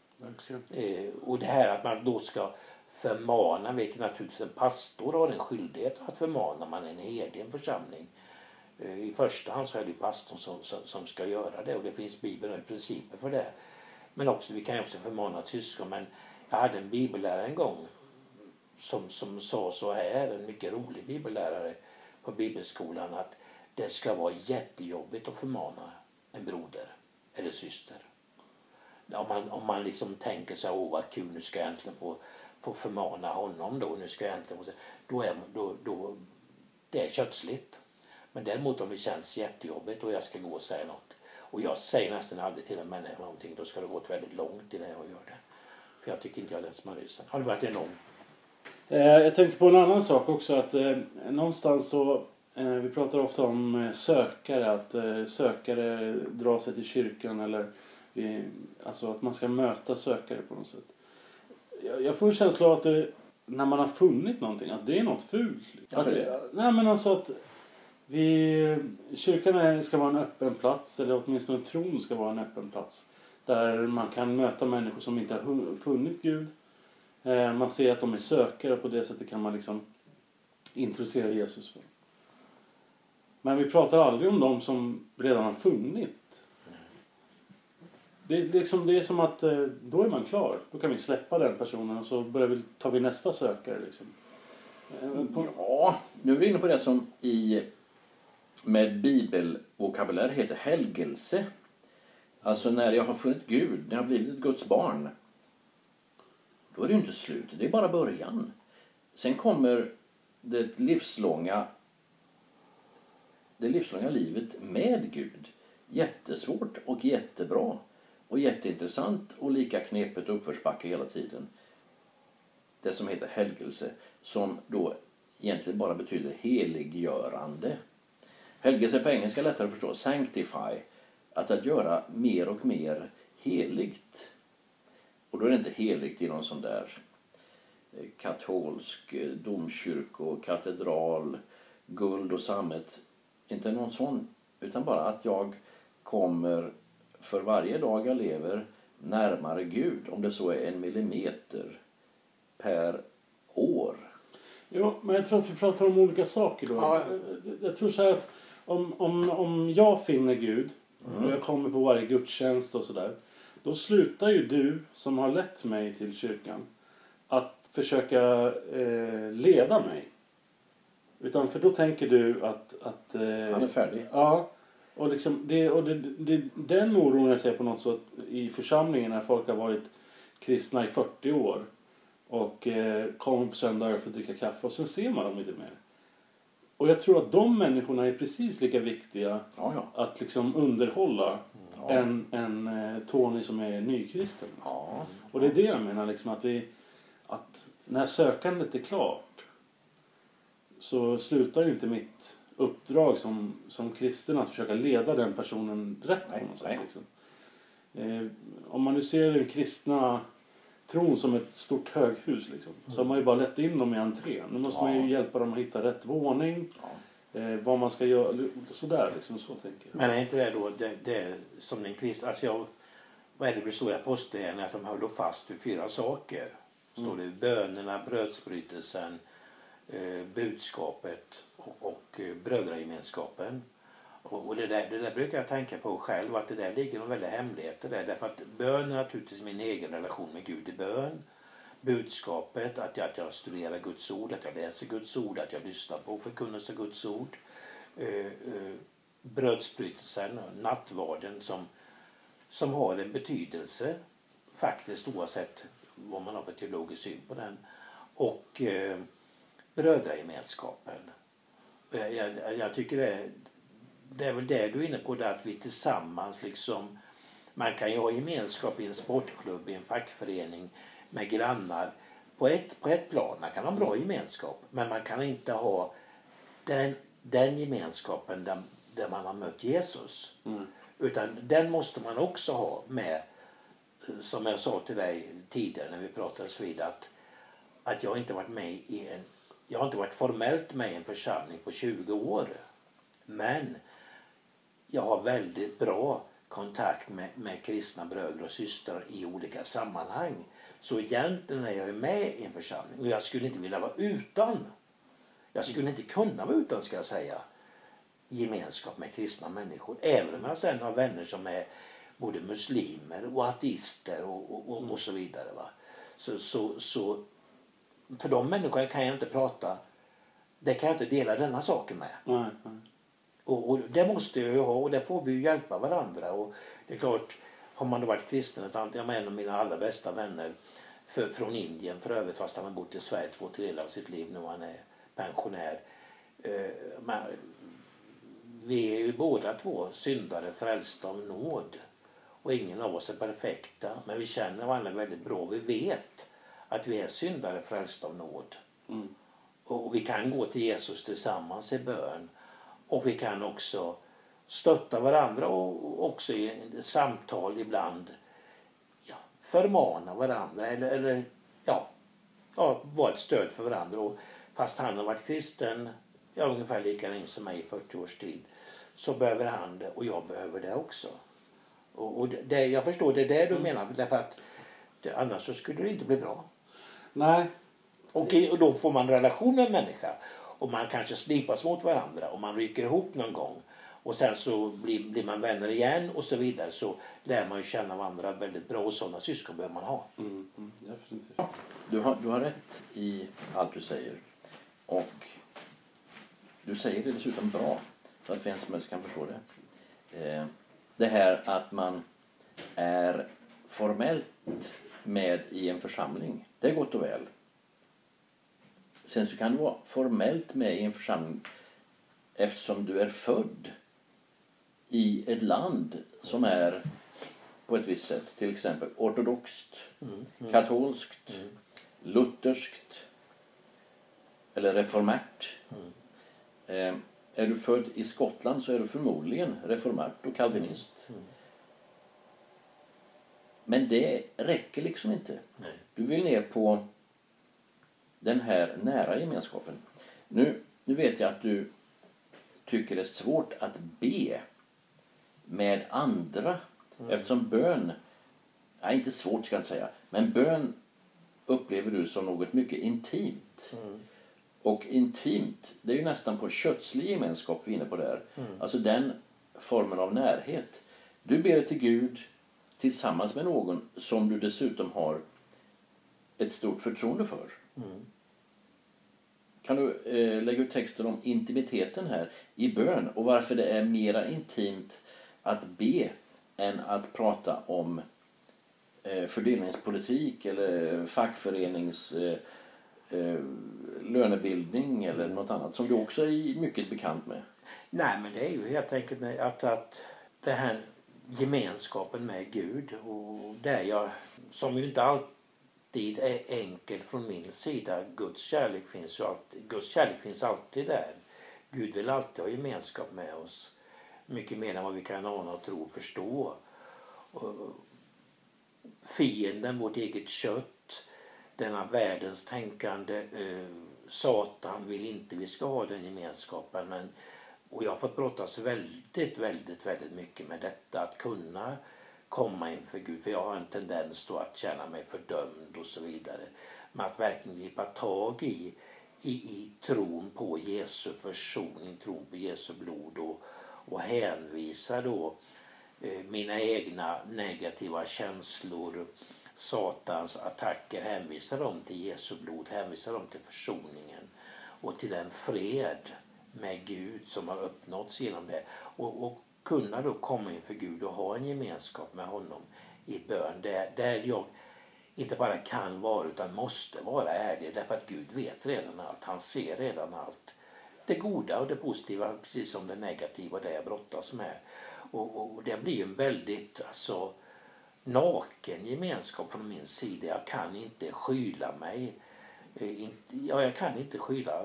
Eh, och det här att man då ska förmana, vilket naturligtvis en pastor har en skyldighet att förmana, man är en herde i en församling. Eh, I första hand så är det pastorn som, som, som ska göra det, och det finns Bibeln och principer för det. Men också, vi kan ju också förmana ett syskon. Men jag hade en bibellärare en gång som, som sa så här, en mycket rolig bibellärare på bibelskolan, att det ska vara jättejobbigt att förmana en broder eller syster. Om man, om man liksom tänker sig, åh vad kul, nu ska jag äntligen få, få förmana honom då, nu ska jag äntligen få, då är då, då, det är kötsligt. Men däremot om det känns jättejobbigt och jag ska gå och säga något, och jag säger nästan aldrig till en människa någonting, då ska det gå väldigt långt innan jag gör det. För jag tycker inte jag har den smörjelsen. Har det varit en lång? Eh, jag tänker på en annan sak också, att eh, någonstans så, eh, vi pratar ofta om eh, sökare, att eh, sökare drar sig till kyrkan, eller vi, alltså att man ska möta sökare på något sätt. Jag, jag får en känsla av att det, när man har funnit någonting, att det är något fult. Varför att, det? Nej, men alltså att Vi, kyrkan är, ska vara en öppen plats, eller åtminstone tron ska vara en öppen plats. Där man kan möta människor som inte har funnit Gud. Eh, man ser att de är sökare, på det sättet kan man liksom introducera Jesus för. Men vi pratar aldrig om dem som redan har funnit. Det är, liksom, det är som att eh, då är man klar. Då kan vi släppa den personen och så börjar vi, tar vi nästa sökare. Liksom. Eh, på... Ja, nu är vi inne på det som i med bibelvokabulär heter helgelse. Alltså när jag har funnit Gud, när jag har blivit ett Guds barn, då är det ju inte slut. Det är bara början. Sen kommer det livslånga det livslånga livet med Gud. Jättesvårt och jättebra. Och jätteintressant och lika knepigt uppförsbacke hela tiden. Det som heter helgelse, som då egentligen bara betyder heliggörande. Helgelse på engelska är lättare att förstå. Sanctify. Att att göra mer och mer heligt. Och då är det inte heligt i någon sån där katolsk domkyrko, katedral, guld och sammet. Inte någon sån, utan bara att jag kommer för varje dag jag lever närmare Gud, om det så är en millimeter per år. Jo, men jag tror att vi pratar om olika saker då. Ja. Jag tror så här att om, om, om jag finner Gud mm. och jag kommer på varje gudstjänst och sådär, då slutar ju du som har lett mig till kyrkan att försöka eh, leda mig. Utan för då tänker du att... att eh, han är färdig. Ja. Och, liksom det, och det, det, den oron jag ser på något sätt i församlingen när folk har varit kristna i fyrtio år. Och eh, kommer på söndagar för att dricka kaffe och sen ser man dem inte mer. Och jag tror att de människorna är precis lika viktiga ja, ja. att liksom underhålla ja. en, en eh, Tony som är nykristen. Ja. Och det är det jag menar liksom att vi... Att när sökandet är klart så slutar ju inte mitt uppdrag som, som kristen att försöka leda den personen rätt nej, på något sätt. Liksom. Eh, om man nu ser den kristna tron som ett stort höghus liksom, mm. så har man ju bara lett in dem i entrén. Nu måste ja. man ju hjälpa dem att hitta rätt våning. Ja. Eh, vad man ska göra. Sådär liksom, så tänker jag. Men är inte det då det, det som den kristna... Alltså jag, vad är det det står i aposteln? Att de höll då fast vid fyra saker. Står det bönerna, brödsbrytelsen, eh, budskapet och, och eh, brödragemenskapen. Och, och det, där, det där brukar jag tänka på själv, att det där ligger en väldigt hemligheter där. Därför att bön är naturligtvis min egen relation med Gud i bön. Budskapet, att jag, att jag studerar Guds ord, att jag läser Guds ord, att jag lyssnar på förkunnelse Guds ord. Eh, eh, brödsbrytelsen, nattvarden som, som har en betydelse faktiskt oavsett vad man har för teologisk syn på den. Och eh, brödragemenskapen. Jag, jag, jag tycker det, det är väl det du är inne på, det att vi tillsammans liksom, man kan ju ha gemenskap i en sportklubb, i en fackförening med grannar på ett, på ett plan. Man kan ha en bra gemenskap, men man kan inte ha den, den gemenskapen där, där man har mött Jesus. Mm. Utan den måste man också ha med, som jag sa till dig tidigare när vi pratade vid, att, att jag inte varit med i en, jag har inte varit formellt med i en församling på tjugo år, men jag har väldigt bra kontakt med, med kristna bröder och systrar i olika sammanhang. Så egentligen är jag med i en församling och jag skulle inte vilja vara utan, jag skulle inte kunna vara utan, ska jag säga, gemenskap med kristna människor, även om jag sen har vänner som är både muslimer och ateister och, och, och, och så vidare. Va? Så, så, så för de människorna kan jag inte prata, det kan jag inte dela denna saken med. Nej, nej. Och, och det måste jag ju ha, och det får vi ju hjälpa varandra. Och det är klart, har man då varit kristen, ett annat, jag menar en av mina allra bästa vänner för, från Indien för övrigt, fast han har bott i Sverige två tredjedelar av sitt liv nu, han är pensionär. Eh, men, vi är ju båda två syndare frälsta av nåd. Och ingen av oss är perfekta, men vi känner varandra väldigt bra. Vi vet att vi är syndare frälsta av nåd. Mm. Och vi kan gå till Jesus tillsammans i bön. Och vi kan också stötta varandra och också i samtal ibland ja, förmana varandra. Eller, eller ja, ja, vara ett stöd för varandra. Och fast han har varit kristen ja, ungefär lika länge som mig i fyrtio års tid, så behöver han det och jag behöver det också. Och, och det, jag förstår det där du mm. menar, därför att det, annars så skulle det inte bli bra. Nej. Och, och då får man relation med en människa och man kanske slipas mot varandra och man ryker ihop någon gång. Och sen så blir, blir man vänner igen och så vidare, så lär man ju känna varandra väldigt bra, och sådana syskon behöver man ha. Mm, mm, definitivt. Du har, du har rätt i allt du säger. Och du säger det dessutom bra, så att vem som helst kan förstå det. Eh, det här att man är formellt med i en församling, det är gott och väl. Sen så kan du vara formellt med i en församling eftersom du är född i ett land som är på ett visst sätt, till exempel ortodoxt, mm, mm. katolskt, mm. lutherskt eller reformärt. Mm. Eh, är du född i Skottland så är du förmodligen reformärt och kalvinist. Mm. Men det räcker liksom inte. Nej. Du vill ner på den här nära gemenskapen. Nu, nu vet jag att du tycker det är svårt att be med andra. Mm. Eftersom bön, nej inte svårt ska jag inte säga, men bön upplever du som något mycket intimt. Mm. Och intimt, det är ju nästan på kötslig gemenskap vi är inne på där. Mm. Alltså den formen av närhet. Du ber till Gud tillsammans med någon som du dessutom har ett stort förtroende för. Mm. Kan du eh, lägga ut texten om intimiteten här i bön och varför det är mera intimt att be än att prata om eh, fördelningspolitik eller fackförenings eh, eh, lönebildning eller något annat som du också är mycket bekant med? Nej, men det är ju helt enkelt att, att det här gemenskapen med Gud, och där jag, som ju inte alltid är enkel från min sida, Guds kärlek finns ju alltid, Guds kärlek finns alltid där. Gud vill alltid ha gemenskap med oss, mycket mer än vad vi kan ana och tro och förstå. Och fienden, vårt eget kött, denna världens tänkande, eh, Satan vill inte vi ska ha den gemenskapen, men och jag har fått brottas väldigt, väldigt, väldigt mycket med detta. Att kunna komma inför Gud. För jag har en tendens då att känna mig fördömd och så vidare. Men att verkligen gripa tag i, i, i tron på Jesu försoning, tron på Jesu blod. Och, och hänvisa då eh, mina egna negativa känslor, Satans attacker, hänvisa dem till Jesu blod, hänvisa dem till försoningen och till den fred med Gud som har uppnåtts genom det, och, och kunna då komma inför Gud och ha en gemenskap med honom i bön där, där jag inte bara kan vara utan måste vara ärlig, därför att Gud vet redan allt, han ser redan allt, det goda och det positiva precis som det negativa och det jag brottas med, och, och det blir en väldigt alltså, naken gemenskap från min sida. Jag kan inte skyla mig, ja, jag kan inte skyla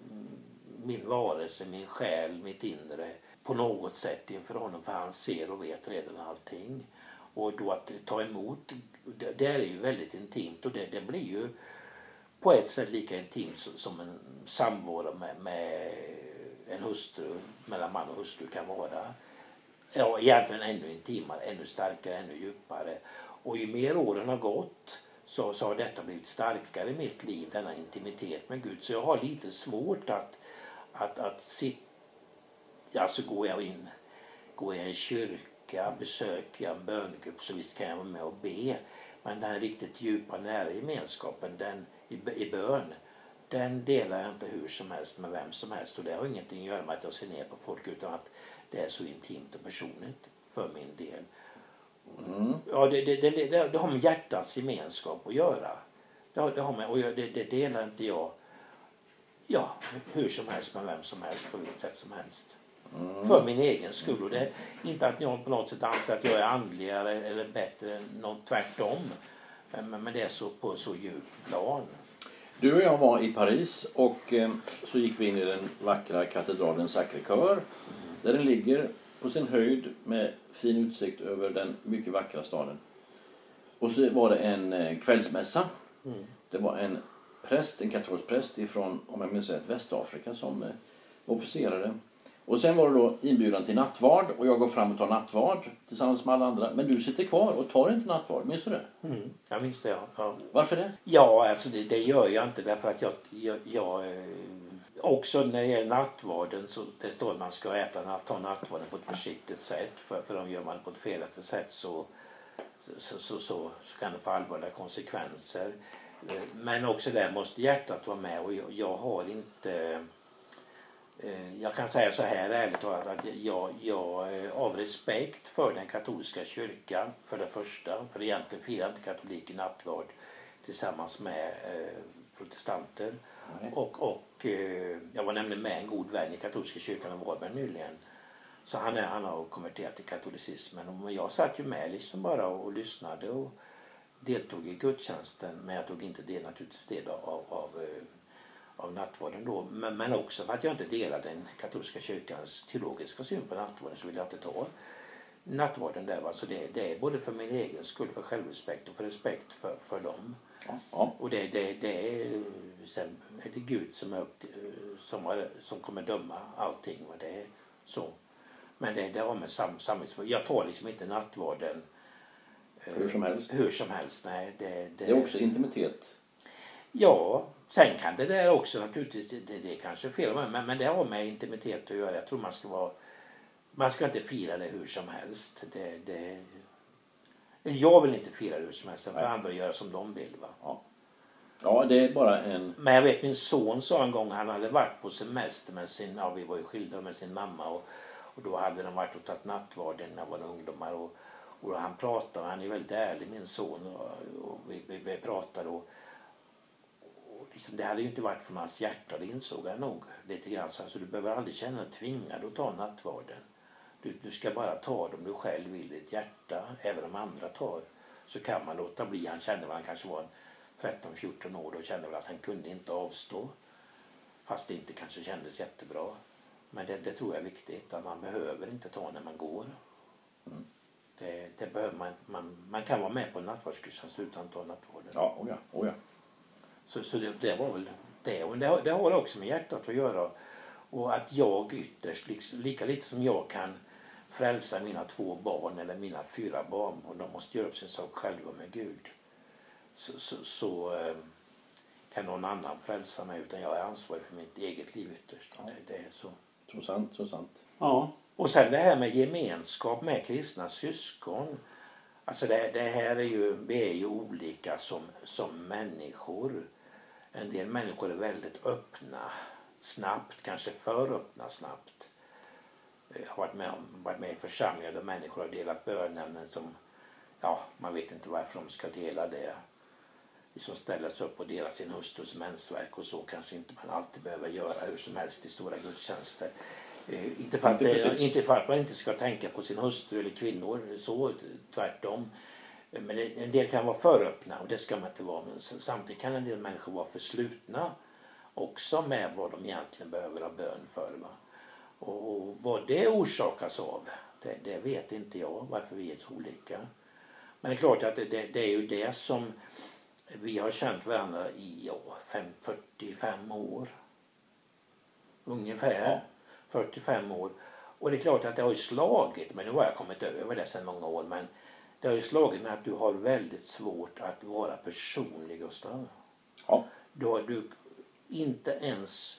min varelse, min själ, mitt inre på något sätt inför honom, för han ser och vet redan allting. Och då att ta emot, det, det är ju väldigt intimt, och det, det blir ju på ett sätt lika intimt som en samvaro med, med en hustru, mellan man och hustru kan vara. Ja, egentligen ännu intimare, ännu starkare, ännu djupare. Och ju mer åren har gått så, så har detta blivit starkare i mitt liv, denna intimitet med Gud. Så jag har lite svårt att Att, att sitta, alltså går jag in, går jag i en kyrka, besöker jag en bönegrupp, så visst kan jag vara med och be. Men den här riktigt djupa nära gemenskapen, den i, i bön, den delar jag inte hur som helst med vem som helst. Och det har ingenting att göra med att jag ser ner på folk, utan att det är så intimt och personligt för min del. Mm. Ja, det, det, det, det, det har med hjärtats gemenskap att göra. Det, det, har med, och det, det delar inte jag. Ja, hur som helst med vem som helst, på vilket sätt som helst. Mm. För min egen skull. Och det är inte att jag på något sätt anser att jag är andligare eller bättre än någon, tvärtom. Men, men det är så på så djupt plan. Du och jag var i Paris och eh, så gick vi in i den vackra katedralen Sacré-Cœur. Mm. Där den ligger på sin höjd med fin utsikt över den mycket vackra staden. Och så var det en eh, kvällsmässa. Mm. Det var en präst, en katolsk präst ifrån, om jag minns rätt, Västafrika som officerare. Och sen var det då inbjudan till nattvard och jag går fram och tar nattvard tillsammans med alla andra. Men du sitter kvar och tar inte nattvard, minns du det? Mm, jag minns det, ja. ja. Varför det? Ja, alltså det, det gör jag inte därför att jag, jag, jag eh, också när det gäller nattvarden så det står att man ska äta ta nattvarden på ett försiktigt sätt för, för om gör man på ett felaktigt sätt så, så, så, så, så kan det få allvarliga konsekvenser. Men också där måste hjärtat vara med och jag, jag har inte jag kan säga så här ärligt talat att jag, jag av respekt för den katolska kyrkan för det första, för egentligen firar inte katoliker nattvard tillsammans med eh, protestanter. Nej. Och, och eh, jag var nämligen med en god vän i katolska kyrkan och var med nyligen. Så han, är, han har konverterat till katolicismen. Men jag satt ju med liksom bara och, och lyssnade och deltog i gudstjänsten. Men jag tog inte del naturligtvis del av, av, av, av nattvarden då. Men, men också för att jag inte delade den katolska kyrkans teologiska syn på nattvarden så vill jag inte ta nattvarden där. Va? Så det, det är både för min egen skull, för självrespekt och för respekt för, för dem. Ja, ja. Och det, det, det är, sen är det Gud som, är upp till, som, har, som kommer döma allting. Va? Det är så. Men det, det har med sam, samhällsför. Jag tar liksom inte nattvarden hur som helst. Hur som helst, nej. Det, det, det är också intimitet. Ja, sen kan det där också naturligtvis, det, det, det är kanske fel men, men det har med intimitet att göra. Jag tror man ska vara, man ska inte fira det hur som helst. Det, det, jag vill inte fira det hur som helst, för andra gör som de vill. Va? Ja. Ja, det är bara en... Men jag vet, min son sa en gång, han hade varit på semester med sin, ja vi var ju skilda med sin mamma och, och då hade de varit och tagit nattvarden när de var ungdomar och, och han pratade, han är väldigt ärlig min son och, och vi, vi, vi pratade och, och liksom, det hade ju inte varit från hans hjärta, det insåg jag nog lite grann så alltså, du behöver aldrig känna dig tvingad att ta nattvarden. Du, du ska bara ta dem du själv vill i ditt hjärta, även om andra tar så kan man låta bli. Han kände väl, han kanske var tretton fjorton år och kände väl att han kunde inte avstå fast det inte kanske kändes jättebra. Men det, det tror jag är viktigt att man behöver inte ta när man går. Mm. Det, det behöver man, man, man kan vara med på en nattvardsgudstjänst utan att ta nattvarden. Ja, oh ja, oh ja. Så, så det, det var väl det. Och det, det har också med hjärtat att göra. Och att jag ytterst, liksom, lika lite som jag kan frälsa mina två barn eller mina fyra barn och de måste göra upp sin sak själva med Gud. Så, så, så kan någon annan frälsa mig utan jag är ansvarig för mitt eget liv ytterst. Ja. Det, det är så. Så sant, så sant. Ja. Och sen det här med gemenskap med kristna syskon. Alltså det, det här är ju, vi är ju olika som, som människor. En del människor är väldigt öppna snabbt, kanske för öppna snabbt. Jag har varit med, varit med i församlingar där människor har delat bönämnen som, ja, man vet inte varför de ska dela det. Som ställs upp och delar sin hustrus mensverk och så kanske inte man alltid behöver göra hur som helst i stora gudstjänster. Eh, inte, för att det, inte för att man inte ska tänka på sin hustru eller kvinnor, så tvärtom. Men en del kan vara för öppna och det ska man inte vara. Men samtidigt kan en del människor vara för slutna också med vad de egentligen behöver ha bön för. Va? Och, och vad det orsakas av, det, det vet inte jag varför vi är så olika. Men det är klart att det, det, det är ju det som vi har känt varandra i ja, fyrtiofem år. Ungefär. Ja. fyrtiofem år. Och det är klart att det har ju slagit, men nu har jag kommit över det sedan många år, men det har ju slagit med att du har väldigt svårt att vara personlig, Gustav. Ja. Du har du inte ens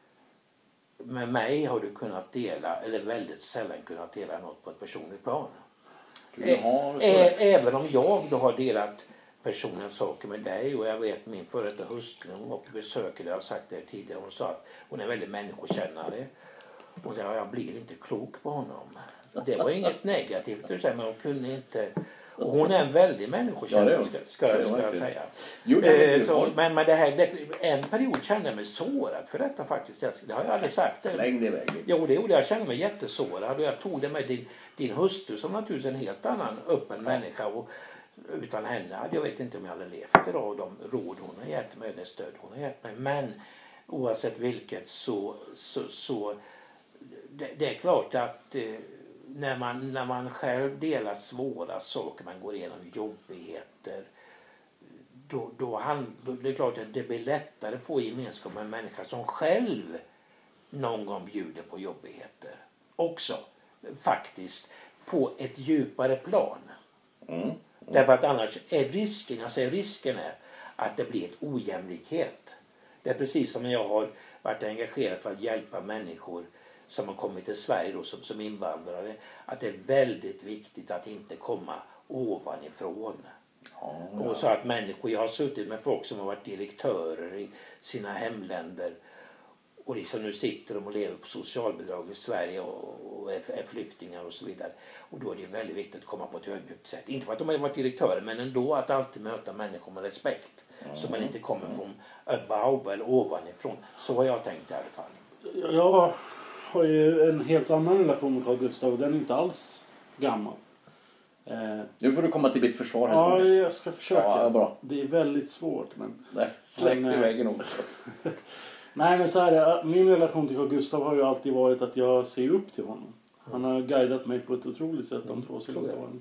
med mig har du kunnat dela, eller väldigt sällan kunnat dela något på ett personligt plan. Du har... Ä- även om jag då har delat personens saker med dig och jag vet min före detta hustru hon var på besök, jag har sagt det tidigare, hon sa att hon är väldigt människokännare och så, jag blir inte klok på honom. Det var inget negativt men hon kunde inte, och hon är en väldig människokännare ja, ska, ska, ska jag säga. Jo, eh, så, men men det här, det, en period kände jag mig sårad för detta faktiskt, det har jag aldrig sagt. Släng det iväg. Jo det gjorde jag, kände mig jättesårad och jag tog det med din, din hustru som naturligtvis är en helt annan öppen människa och utan henne hade jag vet inte om jag hade levt idag och de råd hon har gett mig, det stöd hon har gett mig. Men oavsett vilket så, så, så det, det är klart att eh, när, man, när man själv delar svåra saker, man går igenom jobbigheter, då, då, han, då det är klart att det blir lättare att få gemenskap med en människa som själv någon gång bjuder på jobbigheter. Också faktiskt på ett djupare plan. Mm. Mm. Därför att annars är risken, jag säger risken är att det blir ett ojämlikhet. Det är precis som jag har varit engagerad för att hjälpa människor som har kommit till Sverige då, som, som invandrare. Att det är väldigt viktigt att inte komma ovanifrån. Ja, ja. Och så att människor, jag har suttit med folk som har varit direktörer i sina hemländer och liksom nu sitter de och lever på socialbidrag i Sverige och är, är flyktingar och så vidare. Och då är det väldigt viktigt att komma på ett ödmjukt sätt. Inte för att de har varit direktörer, men ändå att alltid möta människor med respekt. Mm. Så man inte kommer från above eller ovanifrån. Så har jag tänkt i alla fall. Jag har ju en helt annan relation med Carl Gustaf och den är inte alls gammal. Eh, nu får du komma till ditt försvar. Ja, jag ska försöka. Ja, bra. Det är väldigt svårt. Men, Nej, släpp men, i väggen också. Nej, men så här, min relation till Carl Gustaf har ju alltid varit att jag ser upp till honom. Han har guidat mig på ett otroligt sätt de två senaste åren.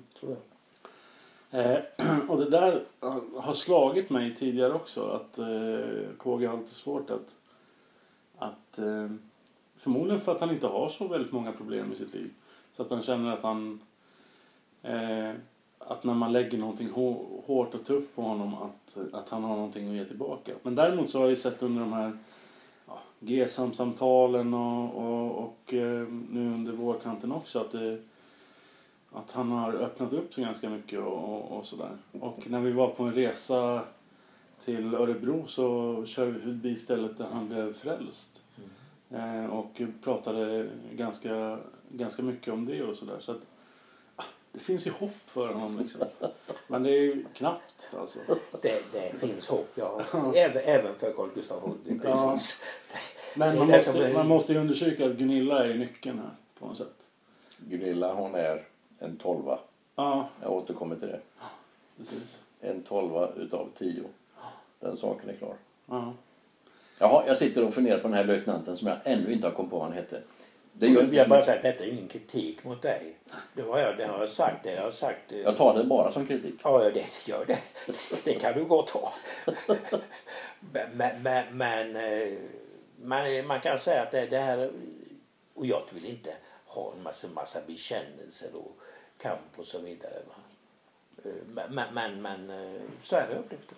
Eh, och det där har slagit mig tidigare också. Att eh, K G har alltid svårt att... att eh, förmodligen för att han inte har så väldigt många problem i sitt liv. Så att han känner att han... Eh, att när man lägger någonting hårt och tufft på honom att, att han har någonting att ge tillbaka. Men däremot så har jag sett under de här ja, G S A M-samtalen och, och, och eh, nu under vårkanten också att, det, att han har öppnat upp sig ganska mycket och, och, och sådär. Och när vi var på en resa till Örebro så körde vi förbi stället där han blev frälst. Mm. Eh, och pratade ganska, ganska mycket om det och sådär. Så att det finns ju hopp för honom liksom. Men det är ju knappt alltså. Det, det finns hopp, ja. Även, även för Carl Gustaf Hultgren, precis. Ja. Men man måste, man måste ju undersöka att Gunilla är nyckeln här på något sätt. Gunilla, hon är en tolva. Ja. Jag återkommer till det. Precis. En tolva utav tio. Den saken är klar. Ja. Jaha, jag sitter och funderar på den här löjtnanten som jag ännu inte har kommit på vad han heter. Det gör jag bara säga att detta är ingen kritik mot dig. Det har jag, det har jag sagt. Det har jag, sagt. Jag tar det bara som kritik. Ja, det gör det. Det kan du gott ha. men, men, men man, man kan säga att det, det här... Och jag vill inte ha en massa, massa bekännelser och kamp och så vidare. Men, men, men så är det upplevt.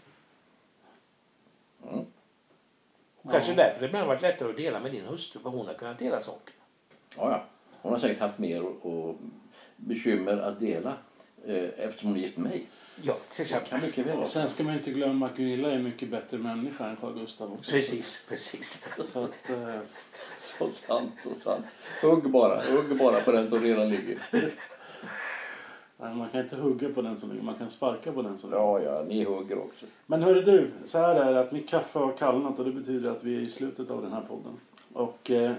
Mm. Och kanske ja. Därför det ibland har varit lättare att dela med din hustru, för hon har kunnat dela saker. Ja, ja. Hon har säkert haft mer och, och bekymmer att dela eh, eftersom hon är gift med mig. Ja, till exempel. Kan mycket väl. Och sen ska man inte glömma att Gunilla är en mycket bättre människa än Carl Gustaf också. Precis, precis. Så, att, eh... så sant, så sant. Hugg bara, hugg bara på den som redan ligger. Nej, man kan inte hugga på den som ligger, man kan sparka på den som ligger. Ja, ja, ni hugger också. Men hörru du, så här är det att mitt kaffe har kallnat och det betyder att vi är i slutet av den här podden. Och eh,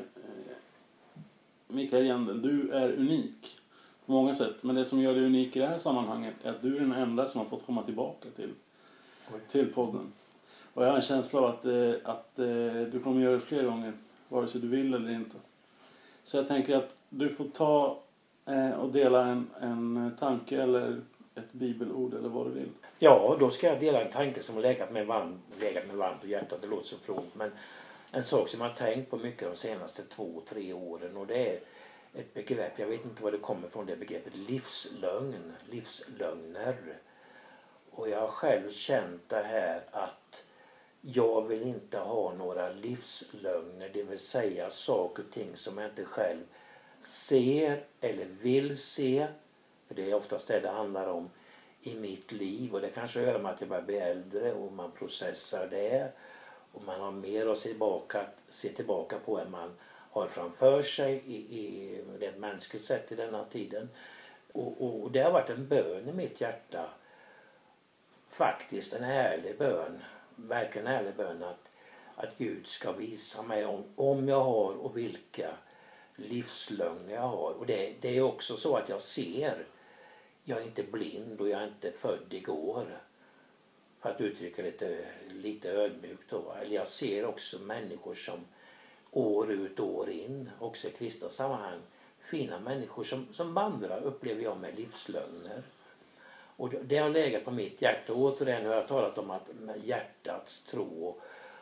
Mikael Jandel, du är unik på många sätt. Men det som gör dig unik i det här sammanhanget är att du är den enda som har fått komma tillbaka till, till podden. Och jag har en känsla av att, eh, att eh, du kommer göra det fler gånger, vare sig du vill eller inte. Så jag tänker att du får ta eh, och dela en, en tanke eller ett bibelord eller vad du vill. Ja, då ska jag dela en tanke som har legat med varmt, legat med varmt på hjärtat. Det låter så fromt, men en sak som jag har tänkt på mycket de senaste två, tre åren, och det är ett begrepp, jag vet inte var det kommer från, det begreppet livslögn, livslögner. Och jag har själv känt det här att jag vill inte ha några livslögner, det vill säga saker och ting som jag inte själv ser eller vill se, för det är oftast det det handlar om i mitt liv, och det kanske gör med att jag börjar bli äldre och man processar det och man har mer att se tillbaka, se tillbaka på än man har framför sig i, i det mänskligt sätt i denna tiden. Och, och, och det har varit en bön i mitt hjärta, faktiskt en ärlig bön, verkligen en ärlig bön, att, att Gud ska visa mig om, om jag har och vilka livslögner jag har. Och det, det är också så att jag ser, jag är inte blind och jag är inte född igår, för att uttrycka lite, lite ödmjukt då. Eller jag ser också människor som år ut år in, också i kristna sammanhang, fina människor som, som vandrar, upplever jag, med livslögner. Och det har legat på mitt hjärta. Och återigen har jag talat om att med hjärtats tro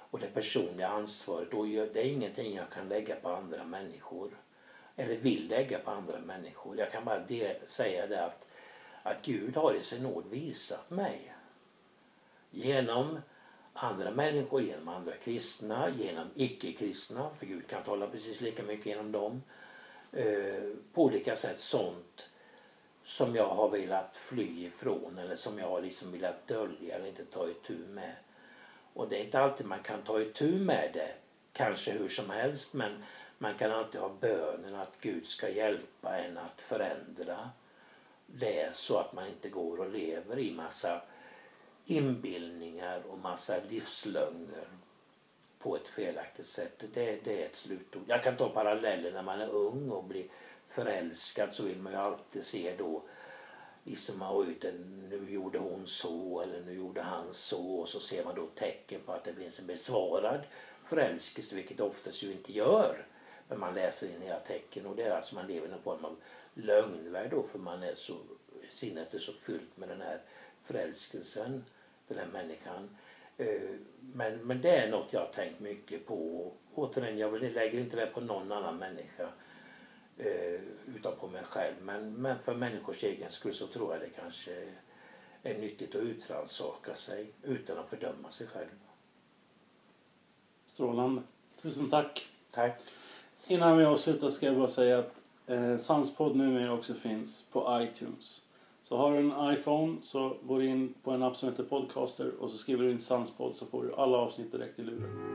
och det personliga ansvaret, då gör, det är ingenting jag kan lägga på andra människor. Eller vill lägga på andra människor. Jag kan bara del, säga det att, att Gud har i sin nåd visat mig. Genom andra människor, genom andra kristna, genom icke-kristna. För Gud kan tala precis lika mycket genom dem. Eh, på olika sätt sånt som jag har velat fly ifrån. Eller som jag har liksom velat dölja eller inte ta itu med. Och det är inte alltid man kan ta itu med det. Kanske hur som helst, men man kan alltid ha bönen att Gud ska hjälpa en att förändra det så att man inte går och lever i massa inbildningar och massa livslögner på ett felaktigt sätt. Det, det är ett slutord. Jag kan ta paralleller när man är ung och blir förälskad, så vill man ju alltid se då liksom, oj, nu gjorde hon så eller nu gjorde han så, och så ser man då tecken på att det finns en besvarad förälskelse, vilket oftast ju inte gör. Men man läser in hela tecken, och det är alltså man lever i en form av lögnvärld då, för man är så, sinnet är så fyllt med den här förälskelsen, den här människan. Men, men det är något jag har tänkt mycket på. Återigen, jag lägger inte det på någon annan människa utan på mig själv. Men, men för människors egen skull så tror jag det kanske är nyttigt att utrannsaka sig utan att fördöma sig själv. Strålande. Tusen tack. Tack. Innan vi avslutar ska jag bara säga att eh, Sanspodd numera också finns på iTunes. Så har du en iPhone så går du in på en app som heter Podcaster och så skriver du in Sanspodd, så får du alla avsnitt direkt i luren.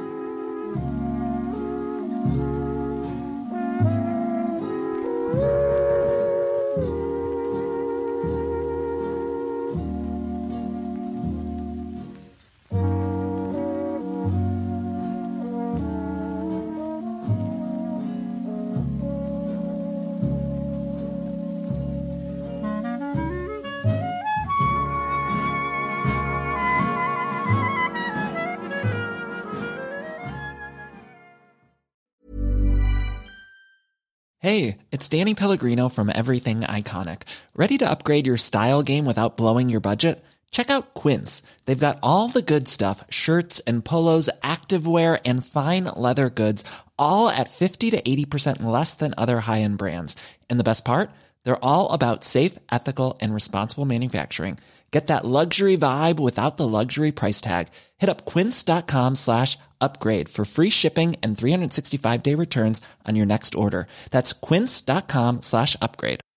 Hey, it's Danny Pellegrino from Everything Iconic. Ready to upgrade your style game without blowing your budget? Check out Quince. They've got all the good stuff, shirts and polos, activewear, and fine leather goods, all at fifty to eighty percent less than other high-end brands. And the best part? They're all about safe, ethical, and responsible manufacturing. Get that luxury vibe without the luxury price tag. Hit up quince.com slash upgrade for free shipping and three sixty-five day returns on your next order. That's quince.com slash upgrade.